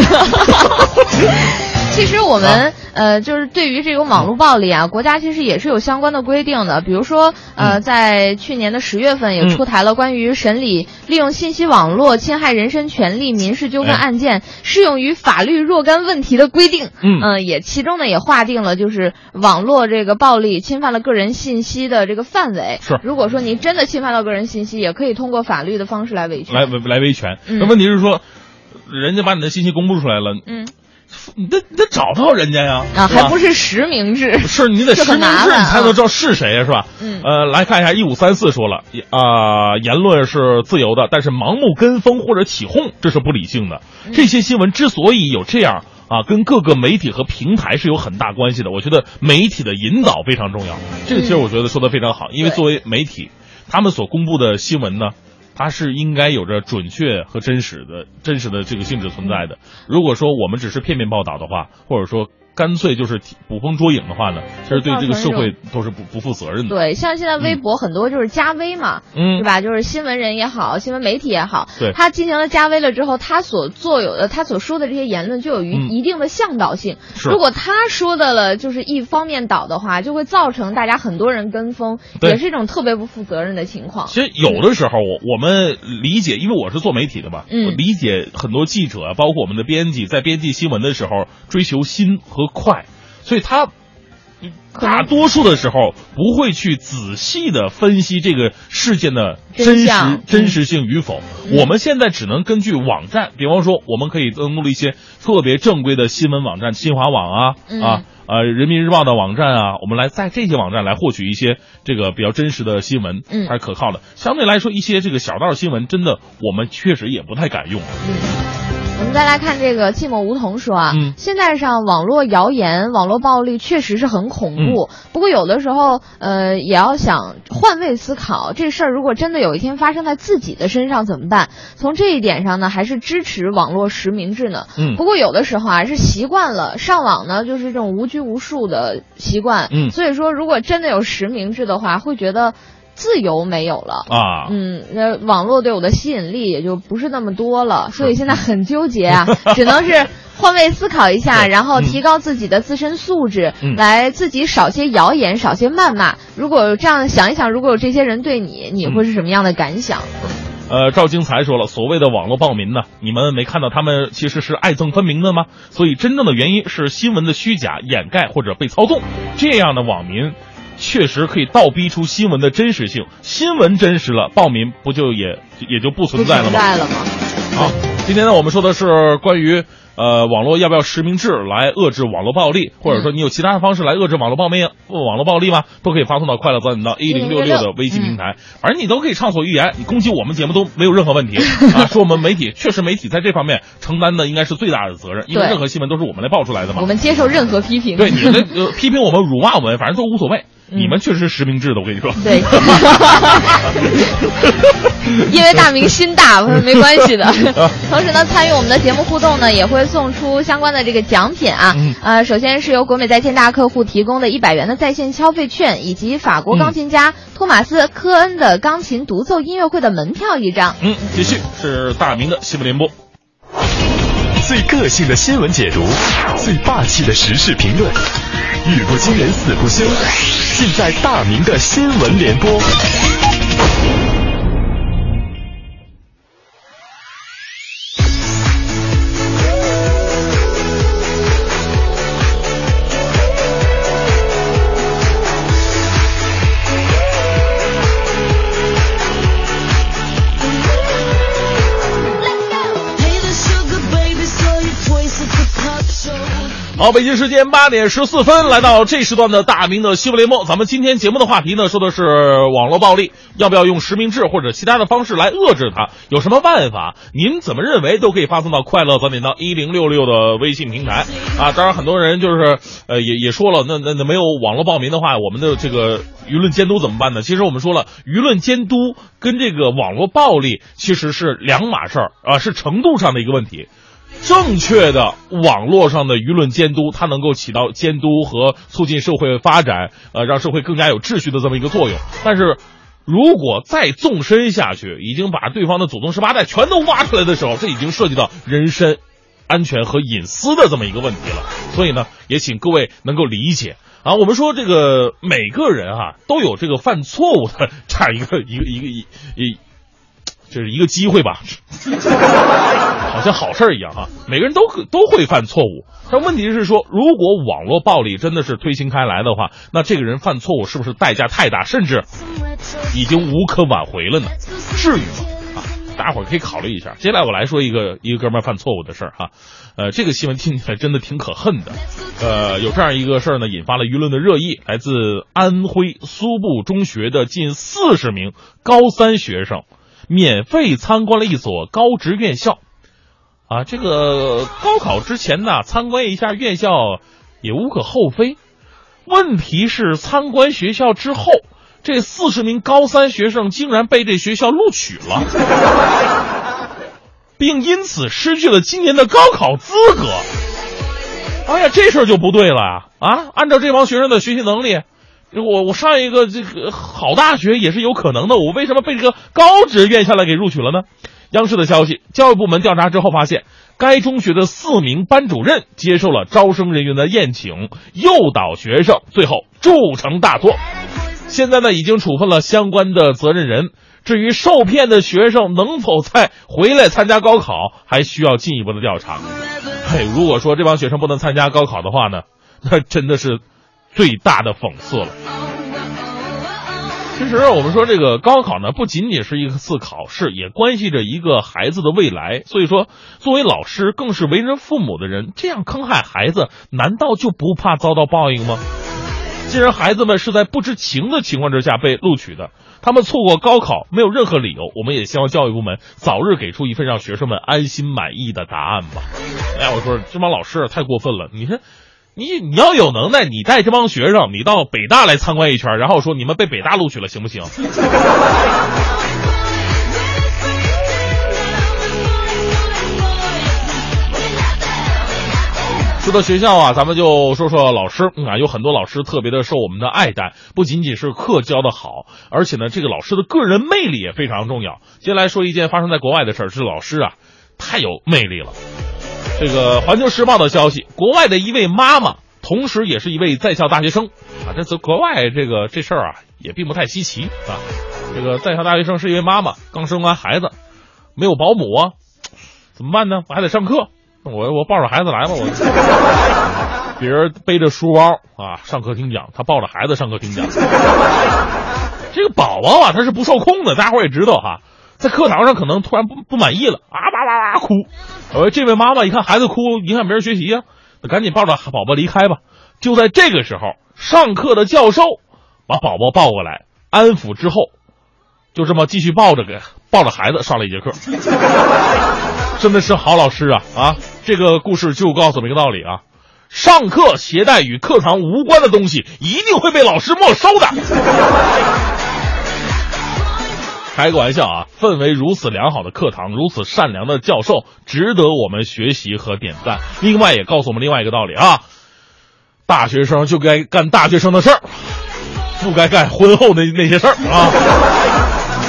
其实我们、啊、呃，就是对于这种网络暴力啊，国家其实也是有相关的规定的。比如说，呃， 嗯、 在去年的十月份也出台了关于审理利用信息网络侵害人身权利民事纠纷案件、哎、适用于法律若干问题的规定。 嗯、 呃，也其中呢也划定了就是网络这个暴力侵犯了个人信息的这个范围。 是， 如果说你真的侵犯到个人信息，也可以通过法律的方式来维权。 来来维权。 嗯、 那问题是说，人家把你的信息公布出来了。 嗯。 你得你得找到人家呀啊，还不是实名制， 是你得实名制，你才能知道是谁呀，是吧？ 嗯， 呃，来看一下一五三四说了啊、呃，言论是自由的，但是盲目跟风或者起哄，这是不理性的。 嗯、 这些新闻之所以有这样啊，跟各个媒体和平台是有很大关系的。我觉得媒体的引导非常重要，这个其实我觉得说的非常好， 嗯、 因为作为媒体，他们所公布的新闻呢。它是应该有着准确和真实的、真实的这个性质存在的。如果说我们只是片面报道的话，或者说干脆就是捕风捉影的话呢，其实对这个社会都是不不负责任的。 对，像现在微博很多就是加微嘛， 嗯， 是吧？就是新闻人也好，新闻媒体也好， 对， 他进行了加微了之后，他所做有的他所说的这些言论就有一、 嗯、 一定的向导性。 是， 如果他说的了就是一方面倒的话，就会造成大家很多人跟风，也是一种特别不负责任的情况。 其实有的时候我我们理解，因为我是做媒体的嘛， 嗯， 我理解很多记者包括我们的编辑在编辑新闻的时候追求新和快。所以他大多数的时候不会去仔细的分析这个事件的真实真实性与否、嗯、我们现在只能根据网站，比方说我们可以登录一些特别正规的新闻网站，新华网啊、 嗯、 啊呃人民日报的网站啊，我们来在这些网站来获取一些这个比较真实的新闻， 嗯， 还是可靠的。相对来说，一些这个小道新闻，真的我们确实也不太敢用。 嗯。我们再来看这个寂寞梧桐说啊， 嗯， 现在上网络谣言、网络暴力确实是很恐怖，嗯、不过有的时候，呃，也要想换位思考，这事儿如果真的有一天发生在自己的身上怎么办？从这一点上呢，还是支持网络实名制呢。 嗯， 不过有的时候啊，是习惯了上网呢，就是这种无拘无束的习惯。 嗯， 所以说，如果真的有实名制的话，会觉得自由没有了啊， 嗯，那网络对我的吸引力也就不是那么多了，所以现在很纠结啊，只能是换位思考一下，然后提高自己的自身素质， 嗯、 来自己少些谣言，少些谩骂。如果这样想一想，如果有这些人对你，你会是什么样的感想？ 呃，赵京才说了，所谓的网络暴民呢，你们没看到他们其实是爱憎分明的吗？所以真正的原因是新闻的虚假、掩盖或者被操纵，这样的网民确实可以倒逼出新闻的真实性，新闻真实了，暴民不就也也就不存在了吗？ 不存在了吗？ 好，今天呢，我们说的是关于呃网络要不要实名制来遏制网络暴力，或者说你有其他的方式来遏制网络暴力、网络暴力吗？都可以发送到快乐早点到一零六六的微信平台，嗯、反正你都可以畅所欲言，你攻击我们节目都没有任何问题啊。说我们媒体确实媒体在这方面承担的应该是最大的责任，因为任何新闻都是我们来报出来的嘛。 我们接受任何批评， 对你的、呃、批评我们辱骂我们，反正都无所谓。你们确实是实名制的，我跟你说。 对，因为大明心大，没关系的。同时呢，参与我们的节目互动呢，也会送出相关的这个奖品啊。 嗯、 呃，首先是由国美在线大客户提供的一百元的在线消费券，以及法国钢琴家托马斯·科恩的钢琴独奏音乐会的门票一张。 嗯，继续是大明的新闻联播。 最个性的新闻解读，最霸气的时事评论，语不惊人死不休，尽在大明的新闻联播。 好，北京时间八点十四分，来到这时段的大明的新闻联播。咱们今天节目的话题呢，说的是网络暴力，要不要用实名制或者其他的方式来遏制它？有什么办法？您怎么认为都可以发送到快乐早点到一零六六的微信平台啊。当然，很多人就是呃也也说了，那那那没有网络暴民的话，我们的这个舆论监督怎么办呢？其实我们说了，舆论监督跟这个网络暴力其实是两码事儿啊，是程度上的一个问题。正确的网络上的舆论监督，它能够起到监督和促进社会发展，呃，让社会更加有秩序的这么一个作用。但是，如果再纵深下去，已经把对方的祖宗十八代全都挖出来的时候，这已经涉及到人身安全和隐私的这么一个问题了。所以呢，也请各位能够理解啊。我们说这个每个人啊都有这个犯错误的这样一个一个一个一一。这是一个机会吧，好像好事一样哈。每个人都都会犯错误，但问题是说，如果网络暴力真的是推行开来的话，那这个人犯错误是不是代价太大，甚至已经无可挽回了呢？至于吗？啊，大家伙儿可以考虑一下。接下来我来说一个一个哥们儿犯错误的事儿哈，呃，这个新闻听起来真的挺可恨的。呃，有这样一个事儿呢，引发了舆论的热议，来自安徽苏埠中学的近四十名高三学生。免费参观了一所高职院校，啊，这个高考之前呢，参观一下院校也无可厚非。问题是参观学校之后，这四十名高三学生竟然被这学校录取了，并因此失去了今年的高考资格。哎呀，这事儿就不对了呀！啊，按照这帮学生的学习能力。我我上一个这个好大学也是有可能的，我为什么被这个高职院校来给录取了呢？央视的消息，教育部门调查之后发现，该中学的四名班主任接受了招生人员的宴请，诱导学生，最后铸成大错。现在呢，已经处分了相关的责任人。至于受骗的学生能否再回来参加高考，还需要进一步的调查。嘿，如果说这帮学生不能参加高考的话呢，那真的是最大的讽刺了。 其实我们说这个高考呢，不仅仅是一次考试，也关系着一个孩子的未来。所以说，作为老师，更是为人父母的人，这样坑害孩子，难道就不怕遭到报应吗？既然孩子们是在不知情的情况之下被录取的，他们错过高考没有任何理由，我们也希望教育部门早日给出一份让学生们安心满意的答案吧。哎，我说这帮老师太过分了，你说你你要有能耐，你带这帮学生，你到北大来参观一圈，然后说你们被北大录取了，行不行？说到学校啊，咱们就说说老师、嗯、啊，有很多老师特别的受我们的爱戴，不仅仅是课教的好，而且呢，这个老师的个人魅力也非常重要。接下来说一件发生在国外的事儿，是老师啊太有魅力了。这个《环球时报》的消息，国外的一位妈妈，同时也是一位在校大学生啊，这次国外这个这事儿啊也并不太稀奇啊。这个在校大学生是一位妈妈，刚生完孩子，没有保姆啊，怎么办呢？我还得上课。我我抱着孩子来吧，我别人背着书包啊上课听讲，他抱着孩子上课听讲。这个宝宝啊，他是不受控的，大家伙也知道哈，在课堂上可能突然不不满意了，啊哇哇哇哭。呃，这位妈妈一看孩子哭，影响别人学习啊，那赶紧抱着宝宝离开吧。就在这个时候，上课的教授把宝宝抱过来，安抚之后，就这么继续抱着给抱着孩子上了一节课。真的是好老师啊啊！这个故事就告诉我们一个道理啊，上课携带与课堂无关的东西一定会被老师没收的。开个玩笑啊，氛围如此良好的课堂，如此善良的教授，值得我们学习和点赞。另外也告诉我们另外一个道理啊，大学生就该干大学生的事儿，不该干婚后的那些事儿啊。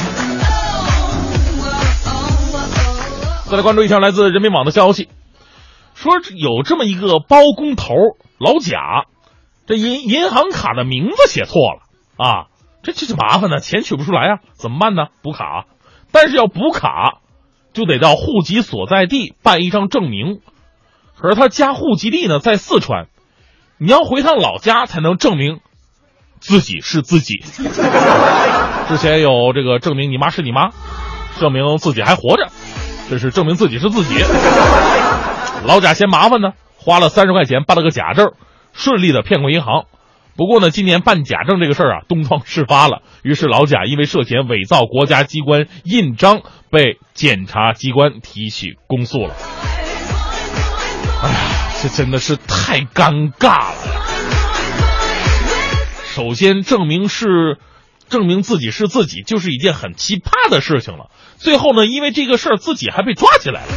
再来关注一下来自人民网的消息，说有这么一个包工头老贾，这银银行卡的名字写错了啊，这这就麻烦呢，钱取不出来啊，怎么办呢？补卡，但是要补卡就得到户籍所在地办一张证明，可是他家户籍地呢在四川，你要回趟老家才能证明自己是自己。之前有这个证明你妈是你妈，证明自己还活着，这是证明自己是自己。老贾嫌麻烦呢，花了三十块钱办了个假证，顺利的骗过银行。不过呢，今年办假证这个事儿啊，东窗事发了。于是老贾因为涉嫌伪造国家机关印章，被检察机关提起公诉了。哎呀，这真的是太尴尬了呀！首先，证明是证明自己是自己，就是一件很奇葩的事情了。最后呢，因为这个事儿自己还被抓起来了。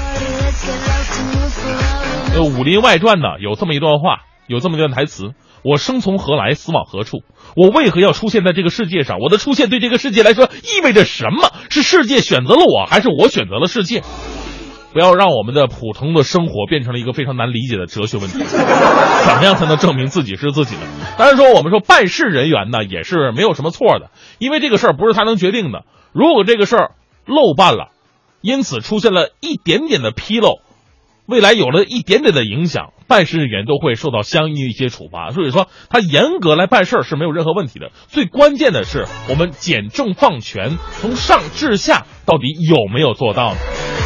呃，《武林外传》呢有这么一段话，有这么一段台词：我生从何来，死往何处？我为何要出现在这个世界上？我的出现对这个世界来说意味着什么？是世界选择了我，还是我选择了世界？不要让我们的普通的生活变成了一个非常难理解的哲学问题。怎么样才能证明自己是自己呢？当然说我们说办事人员呢也是没有什么错的，因为这个事儿不是他能决定的。如果这个事儿漏办了，因此出现了一点点的纰漏，未来有了一点点的影响，办事人员都会受到相应的一些处罚。所以说他严格来办事是没有任何问题的。最关键的是我们简政放权，从上至下到底有没有做到呢？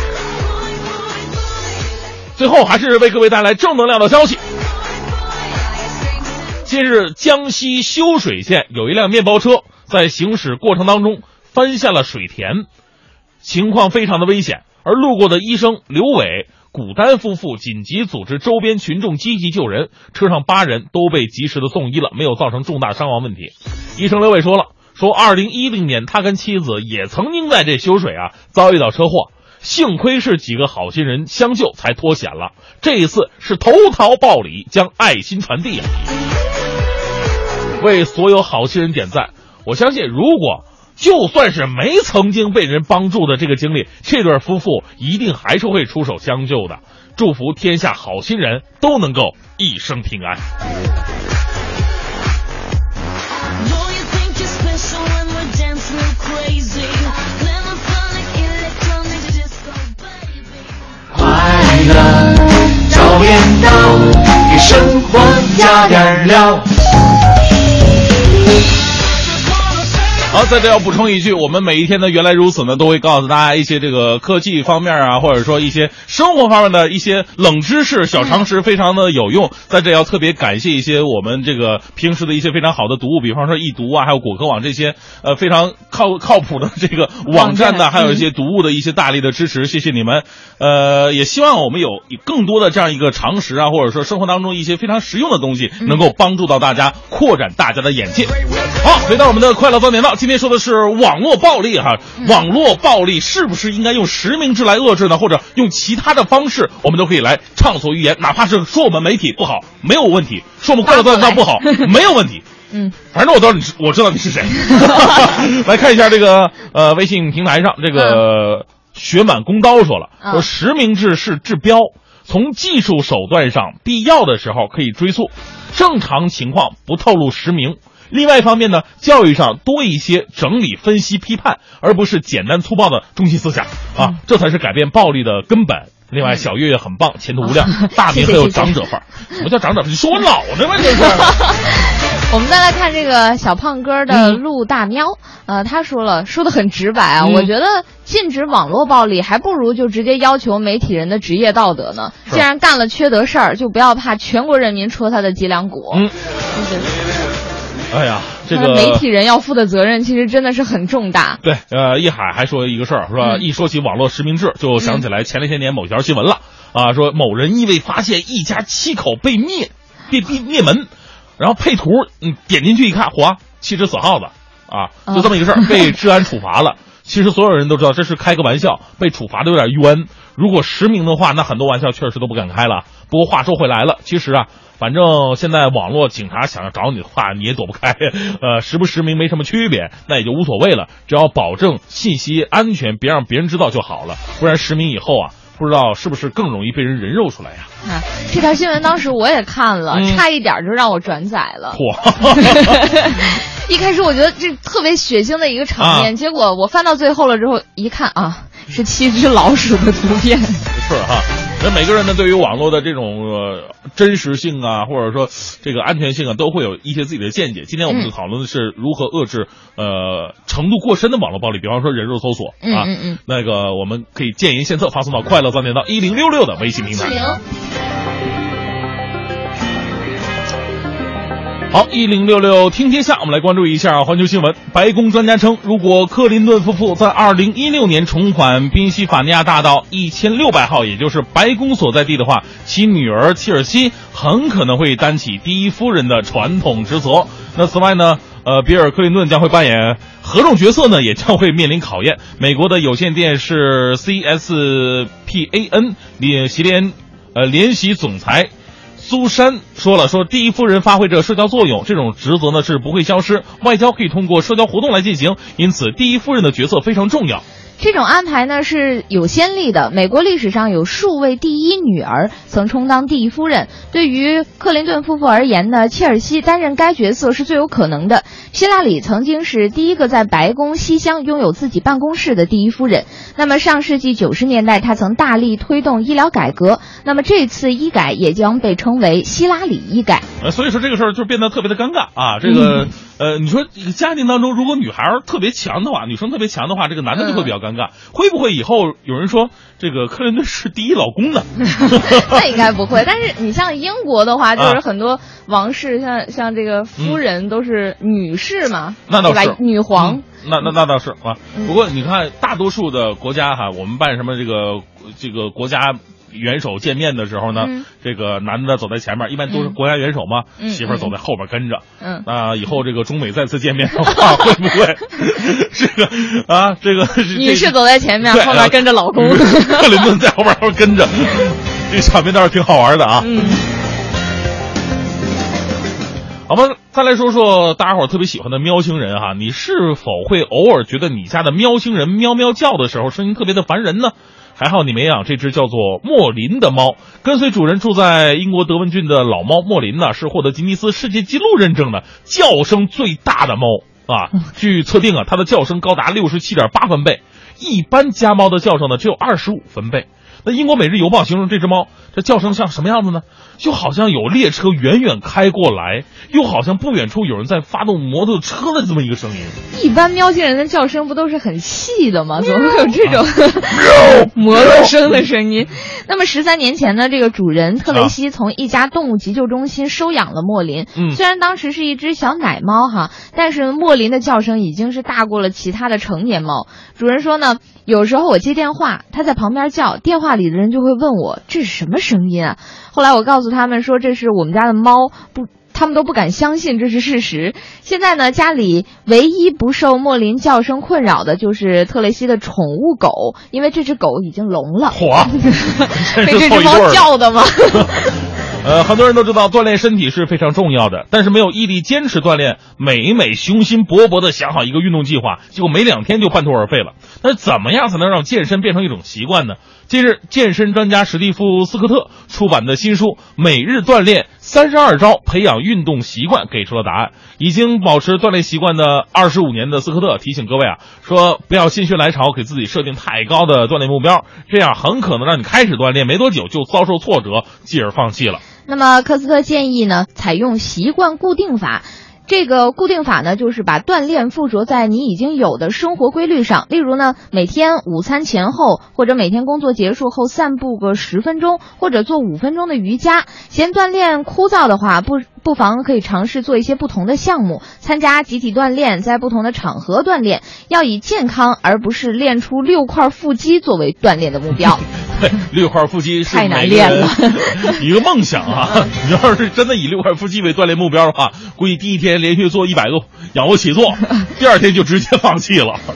最后还是为各位带来正能量的消息。近日江西修水县有一辆面包车在行驶过程当中翻下了水田，情况非常的危险，而路过的医生刘伟、古丹夫妇紧急组织周边群众积极救人，车上八人都被及时的送医了，没有造成重大伤亡问题。医生刘伟说了，说二零一零年他跟妻子也曾经在这修水啊遭遇到车祸，幸亏是几个好心人相救才脱险了，这一次是投桃报李，将爱心传递啊！为所有好心人点赞。我相信如果就算是没曾经被人帮助的这个经历，这对夫妇一定还是会出手相救的。祝福天下好心人都能够一生平安。 快乐找点到，给生活加点料。 好，在这要补充一句，我们每一天呢，原来如此呢，都会告诉大家一些这个科技方面啊，或者说一些生活方面的一些冷知识、小常识，非常的有用。在这要特别感谢一些我们这个平时的一些非常好的读物，比方说易读啊，还有果壳网这些呃非常靠靠谱的这个网站呢，还有一些读物的一些大力的支持，谢谢你们。呃，也希望我们有更多的这样一个常识啊，或者说生活当中一些非常实用的东西，能够帮助到大家，扩展大家的眼界。好，回到我们的快乐早点到，今天说的是网络暴力哈，网络暴力是不是应该用实名制来遏制呢？或者用其他的方式，我们都可以来畅所欲言，哪怕是说我们媒体不好没有问题，说我们快乐早点到不好没有问题。嗯，反正我知道你是，我知道你是谁。来看一下这个呃微信平台上这个雪满弓刀说了，说实名制是治标，从技术手段上必要的时候可以追溯，正常情况不透露实名。另外一方面呢，教育上多一些整理、分析、批判，而不是简单粗暴的中心思想啊，这才是改变暴力的根本。另外，小月月很棒，前途无量，大明很有长者范儿。什么叫长者？你说我老呢吗？这是。 我们再来看这个小胖哥的陆大喵，呃，他说了，说的很直白啊，嗯、我觉得禁止网络暴力，还不如就直接要求媒体人的职业道德呢。既然干了缺德事儿，就不要怕全国人民戳他的脊梁骨。嗯。 哎呀，这个媒体人要负的责任其实真的是很重大。 对，呃，一海还说一个事儿，说、嗯、一说起网络实名制，就想起来前两些年某条新闻了、嗯、啊，说某人因为发现一家七口被灭，被灭灭门，然后配图，嗯，点进去一看，嚯，七只死耗子啊，就这么一个事儿，哦、被治安处罚了。其实所有人都知道这是开个玩笑，被处罚的有点冤。如果实名的话，那很多玩笑确实都不敢开了。不过话说回来了，其实啊，反正现在网络警察想要找你的话，你也躲不开。呃，实不实名没什么区别，那也就无所谓了。只要保证信息安全，别让别人知道就好了。不然实名以后啊，不知道是不是更容易被人人肉出来呀、 啊？啊，这条新闻当时我也看了，嗯、差一点就让我转载了。一开始我觉得这特别血腥的一个场面，啊、结果我翻到最后了之后一看啊，是七只老鼠的图片。 是哈，那每个人呢对于网络的这种呃真实性啊，或者说这个安全性啊，都会有一些自己的见解。今天我们就讨论的是如何遏制呃程度过深的网络暴力，比方说人肉搜索啊，嗯嗯嗯那个我们可以建言献策，发送到快乐早点到一零六六的微信平台。好，一零六六听天下，我们来关注一下环球新闻。白宫专家称，如果克林顿夫妇在二零一六年重返宾夕法尼亚大道一千六百号，也就是白宫所在地的话，其女儿切尔西很可能会担起第一夫人的传统职责。那此外呢，呃，比尔·克林顿将会扮演何种角色呢？也将会面临考验。美国的有线电视 C S P A N 联席联呃联席总裁苏珊说了，说第一夫人发挥着社交作用，这种职责呢是不会消失，外交可以通过社交活动来进行，因此第一夫人的角色非常重要。 这种安排呢是有先例的，美国历史上有数位第一女儿曾充当第一夫人。对于克林顿夫妇而言呢，切尔西担任该角色是最有可能的。希拉里曾经是第一个在白宫西厢拥有自己办公室的第一夫人。那么上世纪九十年代，她曾大力推动医疗改革。那么这次医改也将被称为希拉里医改。 呃，所以说这个事儿就变得特别的尴尬啊。这个、嗯、呃，你说家庭当中如果女孩特别强的话，女生特别强的话，这个男的就会比较尴尬。嗯、会不会以后有人说这个克林顿是第一老公呢？ 那应该不会。但是你像英国的话，就是很多王室，像、啊、像这个夫人都是女士嘛， 嗯、那倒是女皇。 嗯那那那倒是啊，不过你看，大多数的国家哈，我们办什么这个这个国家元首见面的时候呢，嗯、这个男的走在前面，一般都是国家元首嘛，嗯、媳妇儿走在后边跟着。嗯，那、呃、以后这个中美再次见面的话，会不会这个啊？这个女士走在前面，后面跟着老公， 克林顿在后边跟着，这场面倒是挺好玩的啊。嗯。好吧，再来说说大家伙特别喜欢的喵星人哈，你是否会偶尔觉得你家的喵星人喵喵叫的时候声音特别的烦人呢？还好你没养这只叫做莫林的猫，跟随主人住在英国德文郡的老猫莫林呢，是获得吉尼斯世界纪录认证的叫声最大的猫啊。据测定啊，它的叫声高达 六十七点八分贝，一般家猫的叫声呢只有二十五分贝。 那英国《每日邮报》形容这只猫，这叫声像什么样子呢？就好像有列车远远开过来，又好像不远处有人在发动摩托车的这么一个声音。 一般喵星人的叫声不都是很细的吗？怎么会有这种摩托声的声音？那么十三年前呢，这个主人特雷西从一家动物急救中心收养了莫林。 嗯， 虽然当时是一只小奶猫哈，但是莫林的叫声已经是大过了其他的成年猫。主人说呢，有时候我接电话，他在旁边叫，电话里的人就会问我这是什么声音啊？后来我告诉他们说这是我们家的猫，不，他们都不敢相信这是事实。现在呢，家里唯一不受莫林叫声困扰的就是特雷西的宠物狗，因为这只狗已经聋了。 嚯， 被这只猫叫的吗？ 呃，很多人都知道锻炼身体是非常重要的，但是没有毅力坚持锻炼，每每雄心勃勃地想好一个运动计划，结果没两天就半途而废了。那怎么样才能让健身变成一种习惯呢？近日，健身专家史蒂夫·斯科特出版的新书《每日锻炼三十二招培养运动习惯》给出了答案。已经保持锻炼习惯的二十五年的斯科特提醒各位啊，说不要心血来潮给自己设定太高的锻炼目标，这样很可能让你开始锻炼没多久就遭受挫折，继而放弃了。 那么科斯特建议呢，采用习惯固定法。这个固定法呢，就是把锻炼附着在你已经有的生活规律上。例如呢，每天午餐前后，或者每天工作结束后散步个十分钟，或者做五分钟的瑜伽。嫌锻炼枯燥的话，不不妨可以尝试做一些不同的项目，参加集体锻炼，在不同的场合锻炼。要以健康而不是练出六块腹肌作为锻炼的目标。 对，六块腹肌是太难练了， 一个梦想啊！你要是真的以六块腹肌为锻炼目标的话，估计第一天连续做一百个仰卧起坐，第二天就直接放弃了。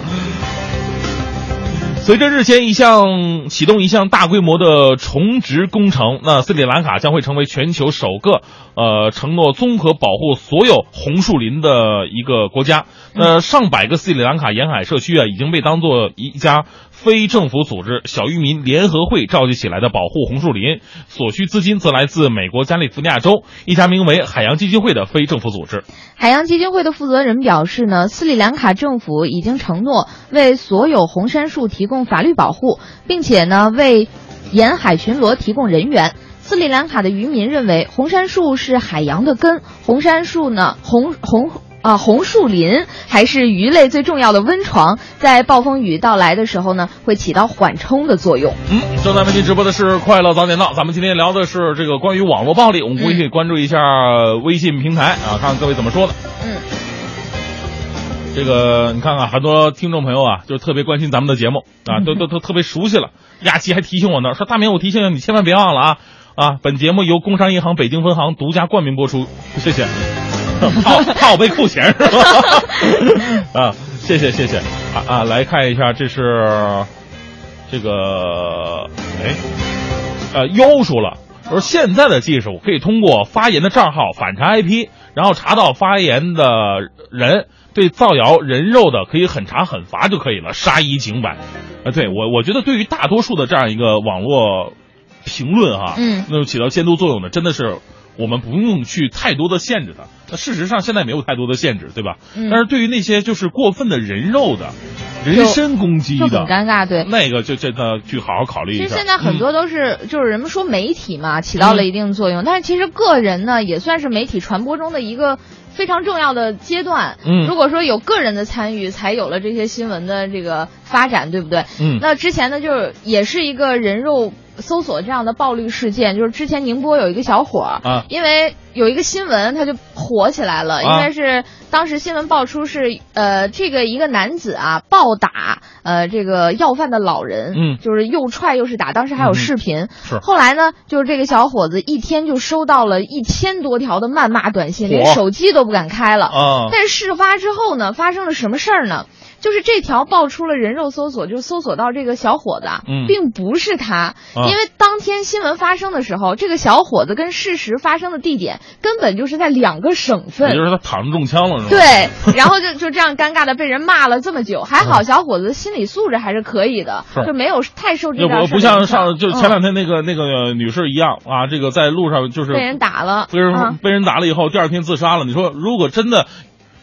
随着日前一项启动一项大规模的重植工程，那斯里兰卡将会成为全球首个呃承诺综合保护所有红树林的一个国家。那上百个斯里兰卡沿海社区啊，已经被当作一家非政府组织小渔民联合会召集起来的保护红树林，所需资金则来自美国加利福尼亚州一家名为海洋基金会的非政府组织。 海洋基金会的负责人表示呢，斯里兰卡政府已经承诺为所有红杉树提供法律保护，并且呢为沿海巡逻提供人员。斯里兰卡的渔民认为红杉树是海洋的根，红杉树呢红红啊，红树林还是鱼类最重要的温床，在暴风雨到来的时候呢，会起到缓冲的作用。 嗯，正在为您直播的是快乐早点到，咱们今天聊的是这个关于网络暴力，我们估计可以关注一下微信平台啊，看看各位怎么说的。 嗯， 这个你看看，很多听众朋友啊，就是特别关心咱们的节目啊，都都都特别熟悉了。亚琪还提醒我呢，说大明，我提醒你，千万别忘了啊啊！本节目由工商银行北京分行独家冠名播出，谢谢。怕怕我被扣钱是吧？啊，谢谢谢谢啊啊！来看一下，这是这个哎呃优说了，说现在的技术可以通过发言的账号反查 I P， 然后查到发言的人，对造谣人肉的可以很查很罚就可以了，杀一儆百。啊，对我我觉得对于大多数的这样一个网络评论哈， 嗯， 那起到监督作用的，真的是我们不用去太多的限制它。那事实上现在没有太多的限制，对吧？ 嗯， 但是对于那些就是过分的人肉的、人身攻击的， 就很尴尬，对， 那个就真的去好好考虑一下。 其实现在很多都是、嗯、就是人们说媒体嘛起到了一定作用，嗯、但是其实个人呢也算是媒体传播中的一个非常重要的阶段。 嗯， 如果说有个人的参与，才有了这些新闻的这个发展，对不对？ 嗯， 那之前呢就是也是一个人肉搜索这样的暴力事件，就是之前宁波有一个小伙儿啊， 因为有一个新闻他就火起来了， 啊、 因为是当时新闻爆出是呃这个一个男子啊暴打呃这个要饭的老人， 嗯， 就是又踹又是打，当时还有视频。 嗯、是后来呢，就是这个小伙子一天就收到了一千多条的谩骂短信，连手机都不敢开了啊。 但是事发之后呢，发生了什么事儿呢？就是这条爆出了人肉搜索，就是搜索到这个小伙子， 嗯， 并不是他、啊，因为当天新闻发生的时候，这个小伙子跟事实发生的地点根本就是在两个省份， 也就是他躺着中枪了，是吧？ 对，然后就就这样尴尬的被人骂了这么久，还好小伙子心理素质还是可以的， 是就没有太受这个件事。 不像上就前两天那个、嗯、那个女士一样啊，这个在路上就是被人打了， 被人、 啊、 被人打了以后，第二天自杀了。你说如果真的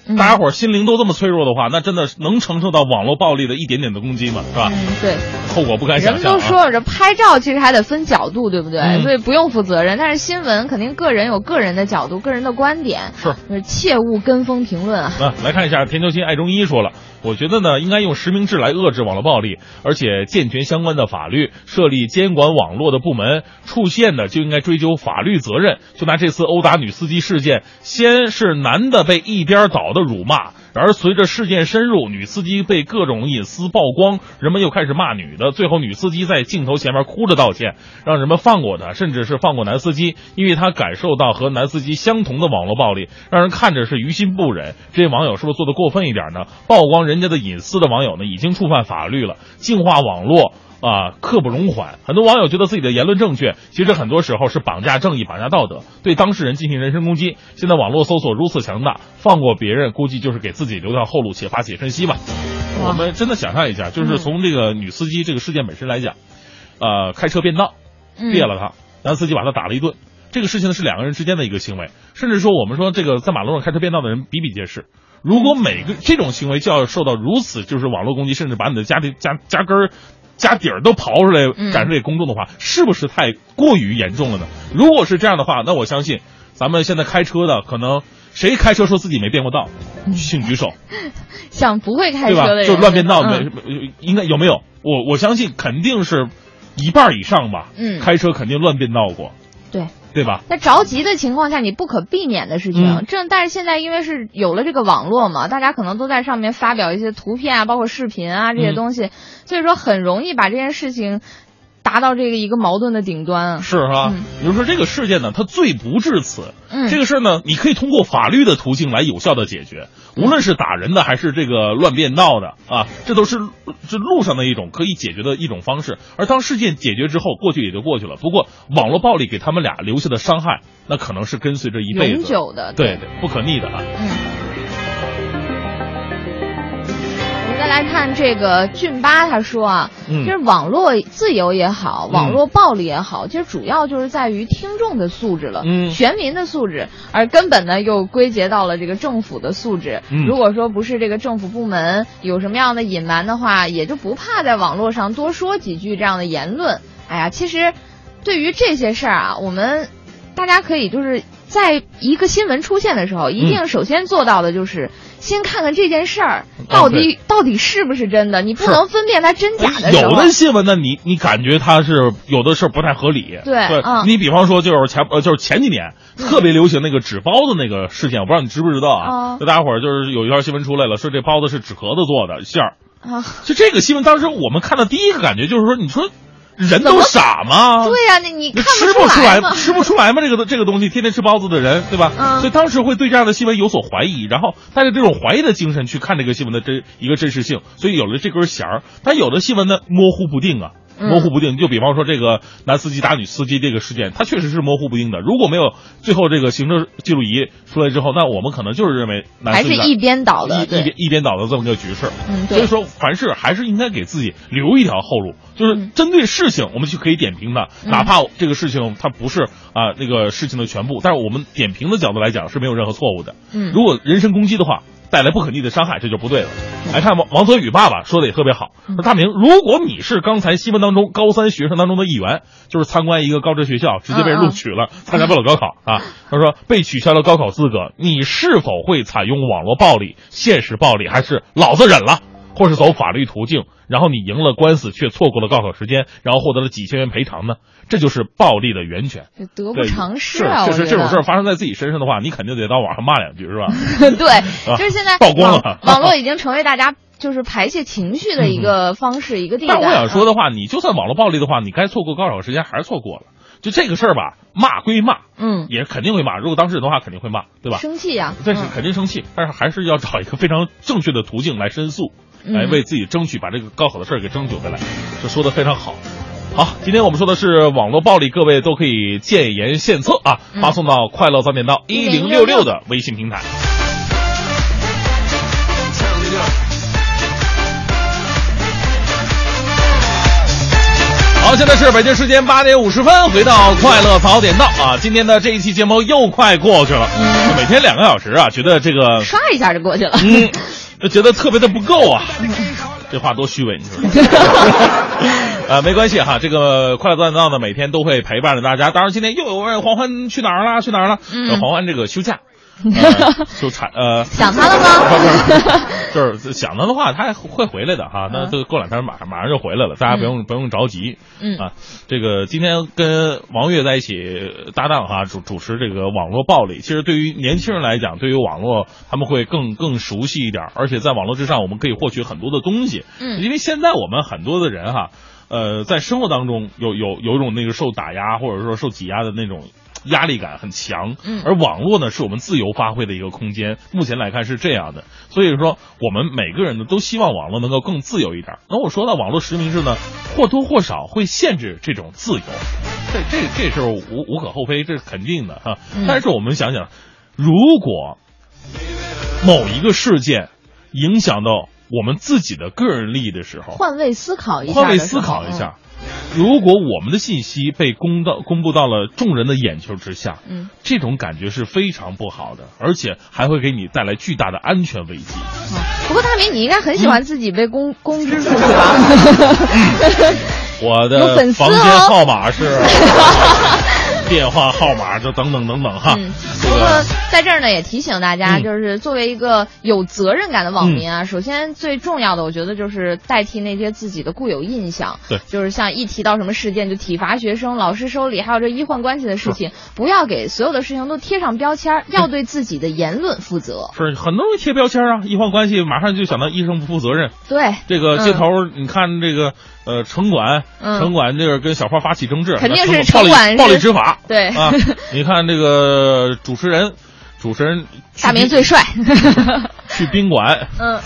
大家伙心灵都这么脆弱的话，那真的能承受到网络暴力的一点点的攻击吗？是吧？ 嗯，对， 后果不敢想象、啊。 人们都说这拍照其实还得分角度，对不对？ 嗯、 所以不用负责任。但是新闻肯定个人有个人的角度、个人的观点， 是， 就是切勿跟风评论啊。 那来看一下，田秋心爱中医说了，我觉得呢，应该用实名制来遏制网络暴力，而且健全相关的法律，设立监管网络的部门，出现的就应该追究法律责任。就拿这次殴打女司机事件，先是男的被一边倒的辱骂，然而随着事件深入，女司机被各种隐私曝光，人们又开始骂女的，最后女司机在镜头前面哭着道歉，让人们放过她，甚至是放过男司机，因为他感受到和男司机相同的网络暴力，让人看着是于心不忍。这些网友是不是做得过分一点呢？曝光人家的隐私的网友呢，已经触犯法律了，净化网络啊，刻不容缓。很多网友觉得自己的言论正确，其实很多时候是绑架正义、绑架道德，对当事人进行人身攻击。现在网络搜索如此强大，放过别人估计就是给自己留条后路，且发且珍惜吧。我们真的想象一下，就是从这个女司机这个事件本身来讲，呃，开车变道，别了他，男司机把他打了一顿。这个事情呢是两个人之间的一个行为，甚至说我们说这个在马路上开车变道的人比比皆是。如果每个这种行为就要受到如此就是网络攻击，甚至把你的家底家家根儿、家底儿都刨出来展示给公众的话，嗯、是不是太过于严重了呢？如果是这样的话，那我相信咱们现在开车的，可能谁开车说自己没变过道，请举手。 像不会开车的人， 对吧？就乱变道， 嗯、 应该有没有？我我相信肯定是一半以上吧。嗯，开车肯定乱变道过。 对。 对吧？ 在着急的情况下，你不可避免的事情。 嗯、 这但是现在因为是有了这个网络嘛，大家可能都在上面发表一些图片啊，包括视频啊这些东西，嗯、所以说很容易把这件事情达到这个一个矛盾的顶端啊。 是哈，嗯、比如说这个事件呢，它罪不至此。 嗯， 这个事呢，你可以通过法律的途径来有效的解决，无论是打人的还是这个乱变道的啊，这都是这路上的一种可以解决的一种方式。而当事件解决之后，过去也就过去了。不过网络暴力给他们俩留下的伤害，那可能是跟随着一辈子， 永久的， 对对，不可逆的啊。 嗯。再来看这个俊巴，他说啊， 嗯、 其实网络自由也好，网络暴力也好，嗯、其实主要就是在于听众的素质了， 嗯， 全民的素质，而根本呢又归结到了这个政府的素质。 嗯、 如果说不是这个政府部门有什么样的隐瞒的话，也就不怕在网络上多说几句这样的言论。哎呀，其实对于这些事儿啊，我们大家可以就是在一个新闻出现的时候，一定首先做到的就是。嗯先看看这件事儿到底、 啊、 到底是不是真的，你不能分辨它真假的时候。 有的新闻呢，你你感觉它是有的事不太合理。 对， 对嗯、 你比方说就是前呃就是前几年、嗯、特别流行那个纸包子那个事件，我不知道你知不知道啊？就、嗯、大家伙儿就是有一条新闻出来了，说这包子是纸壳子做的馅儿啊。就这个新闻，当时我们看到第一个感觉就是说，你说。人都傻吗？ 对呀、啊，你你看吃不出来，吃不出来吗？这个这个东西，天天吃包子的人，对吧？ 嗯。 所以当时会对这样的新闻有所怀疑，然后带着这种怀疑的精神去看这个新闻的真一个真实性，所以有了这根弦儿。但有的新闻呢，模糊不定啊。模糊不定，就比方说这个男司机打女司机这个事件，它确实是模糊不定的。如果没有最后这个行车记录仪出来之后，那我们可能就是认为男司机还是一边倒的， 一一边一边倒的这么个局势。 嗯， 所以说凡事还是应该给自己留一条后路，就是针对事情我们就可以点评的， 嗯、 哪怕这个事情它不是啊、呃、那个事情的全部，但是我们点评的角度来讲是没有任何错误的。 嗯， 如果人身攻击的话。带来不可逆的伤害，这就不对了。来看王王泽宇爸爸说的也特别好，说大明，如果你是刚才新闻当中高三学生当中的一员，就是参观一个高职学校，直接被录取了，参加不了高考啊。他说被取消了高考资格，你是否会采用网络暴力、现实暴力，还是老子忍了？或是走法律途径，然后你赢了官司，却错过了高考时间，然后获得了几千元赔偿呢？这就是暴力的源泉， 得不偿失啊！ 是，就是这种事儿发生在自己身上的话，你肯定得到网上骂两句，是吧？ 对，就是现在曝光了， 网络已经成为大家就是排泄情绪的一个方式，嗯、一个地带。 但我想说的话，你就算网络暴力的话，你该错过高考时间还是错过了。就这个事儿吧，骂归骂， 嗯， 也肯定会骂。如果当事人的话，肯定会骂，对吧？ 生气呀、啊， 这是肯定生气，嗯、但是还是要找一个非常正确的途径来申诉。来为自己争取把这个高考的事儿给争取回来，这说的非常好。好，今天我们说的是网络暴力，各位都可以建言献策啊，发送到快乐早点到一零六六的微信平台。好， 好，现在是北京时间八点五十分，回到快乐早点到啊！今天的这一期节目又快过去了，嗯、每天两个小时啊，觉得这个刷一下就过去了， 嗯，就觉得特别的不够啊。这话多虚伪，你说？呃，没关系哈，这个快乐早点到呢，每天都会陪伴着大家。当然，今天又有人黄欢去哪儿了？去哪儿了？嗯，黄欢这个休假。呃、就产呃想他了吗？ 就是想他的话，他会回来的哈。那这过两天马上马上就回来了，大家不用、嗯、不用着急。嗯啊，这个今天跟王悦在一起搭档哈，主主持这个网络暴力。其实对于年轻人来讲，对于网络他们会更更熟悉一点，而且在网络之上我们可以获取很多的东西。嗯，因为现在我们很多的人哈，呃，在生活当中有有有一种那个受打压或者说受挤压的那种压力感很强，嗯，而网络呢是我们自由发挥的一个空间，目前来看是这样的，所以说我们每个人呢都希望网络能够更自由一点。那我说到网络实名制呢，或多或少会限制这种自由，这这这是无无可厚非，这是肯定的哈。嗯、但是我们想想，如果某一个事件影响到我们自己的个人利益的时候， 换位思考一下， 换位思考一下。嗯，如果我们的信息被公到公布到了众人的眼球之下，嗯，这种感觉是非常不好的，而且还会给你带来巨大的安全危机。 嗯、不过大明，你应该很喜欢自己被公、嗯、公之处是吧？ 我的房间号码是。电话号码就等等等等哈。嗯， 不过在这儿呢也提醒大家，就是作为一个有责任感的网民啊，嗯、首先最重要的我觉得就是代替那些自己的固有印象。对，就是像一提到什么事件就体罚学生、老师收礼，还有这医患关系的事情，不要给所有的事情都贴上标签，要对自己的言论负责。 是很多人贴标签啊，医患关系马上就想到医生不负责任。 对， 这个街头、嗯、你看这个呃城管，嗯、城管这个跟小花发起争执， 肯定是城管暴力执法。 对啊，你看这个主持人，主持人大明最帅， 去宾馆，嗯，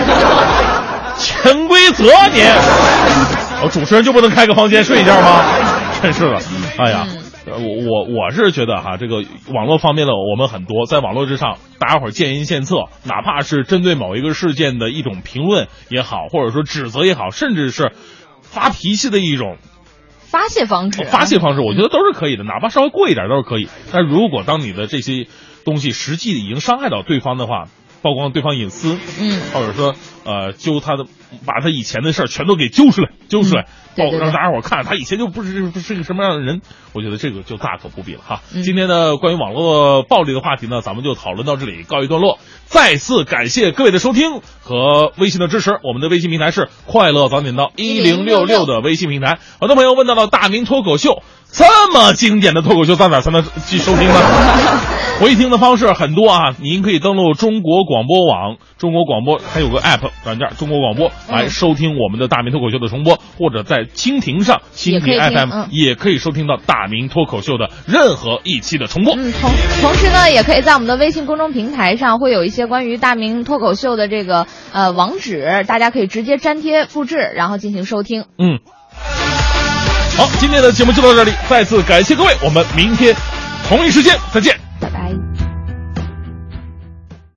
潜规则你，我主持人就不能开个房间睡一觉吗？真是的，哎呀，我我我是觉得哈，这个网络方面的我们很多，在网络之上，大家伙见淫献策，哪怕是针对某一个事件的一种评论也好，或者说指责也好，甚至是发脾气的一种。 发泄方式、啊， 发泄方式，我觉得都是可以的，哪怕稍微过一点都是可以。但如果当你的这些东西实际已经伤害到对方的话，曝光对方隐私，嗯，或者说呃揪他的，把他以前的事儿全都给揪出来，揪出来，曝、嗯、让大家伙看他以前就不是不是个什么样的人，我觉得这个就大可不必了哈。嗯、今天的关于网络暴力的话题呢，咱们就讨论到这里，告一段落。再次感谢各位的收听和微信的支持，我们的微信平台是快乐早点到一零六六的微信平台。很多朋友问到了大明脱口秀，这么经典的脱口秀在哪才能去收听呢？回听的方式很多啊，您可以登录中国广播网，中国广播还有个 app 软件中国广播来收听我们的大明脱口秀的重播，或者在蜻蜓上蜻蜓 F M 也可, 嗯、也可以收听到大明脱口秀的任何一期的重播。 嗯，同同时呢，也可以在我们的微信公众平台上会有一些关于大明脱口秀的这个呃网址，大家可以直接粘贴复制，然后进行收听。 嗯，好，今天的节目就到这里，再次感谢各位，我们明天同一时间再见。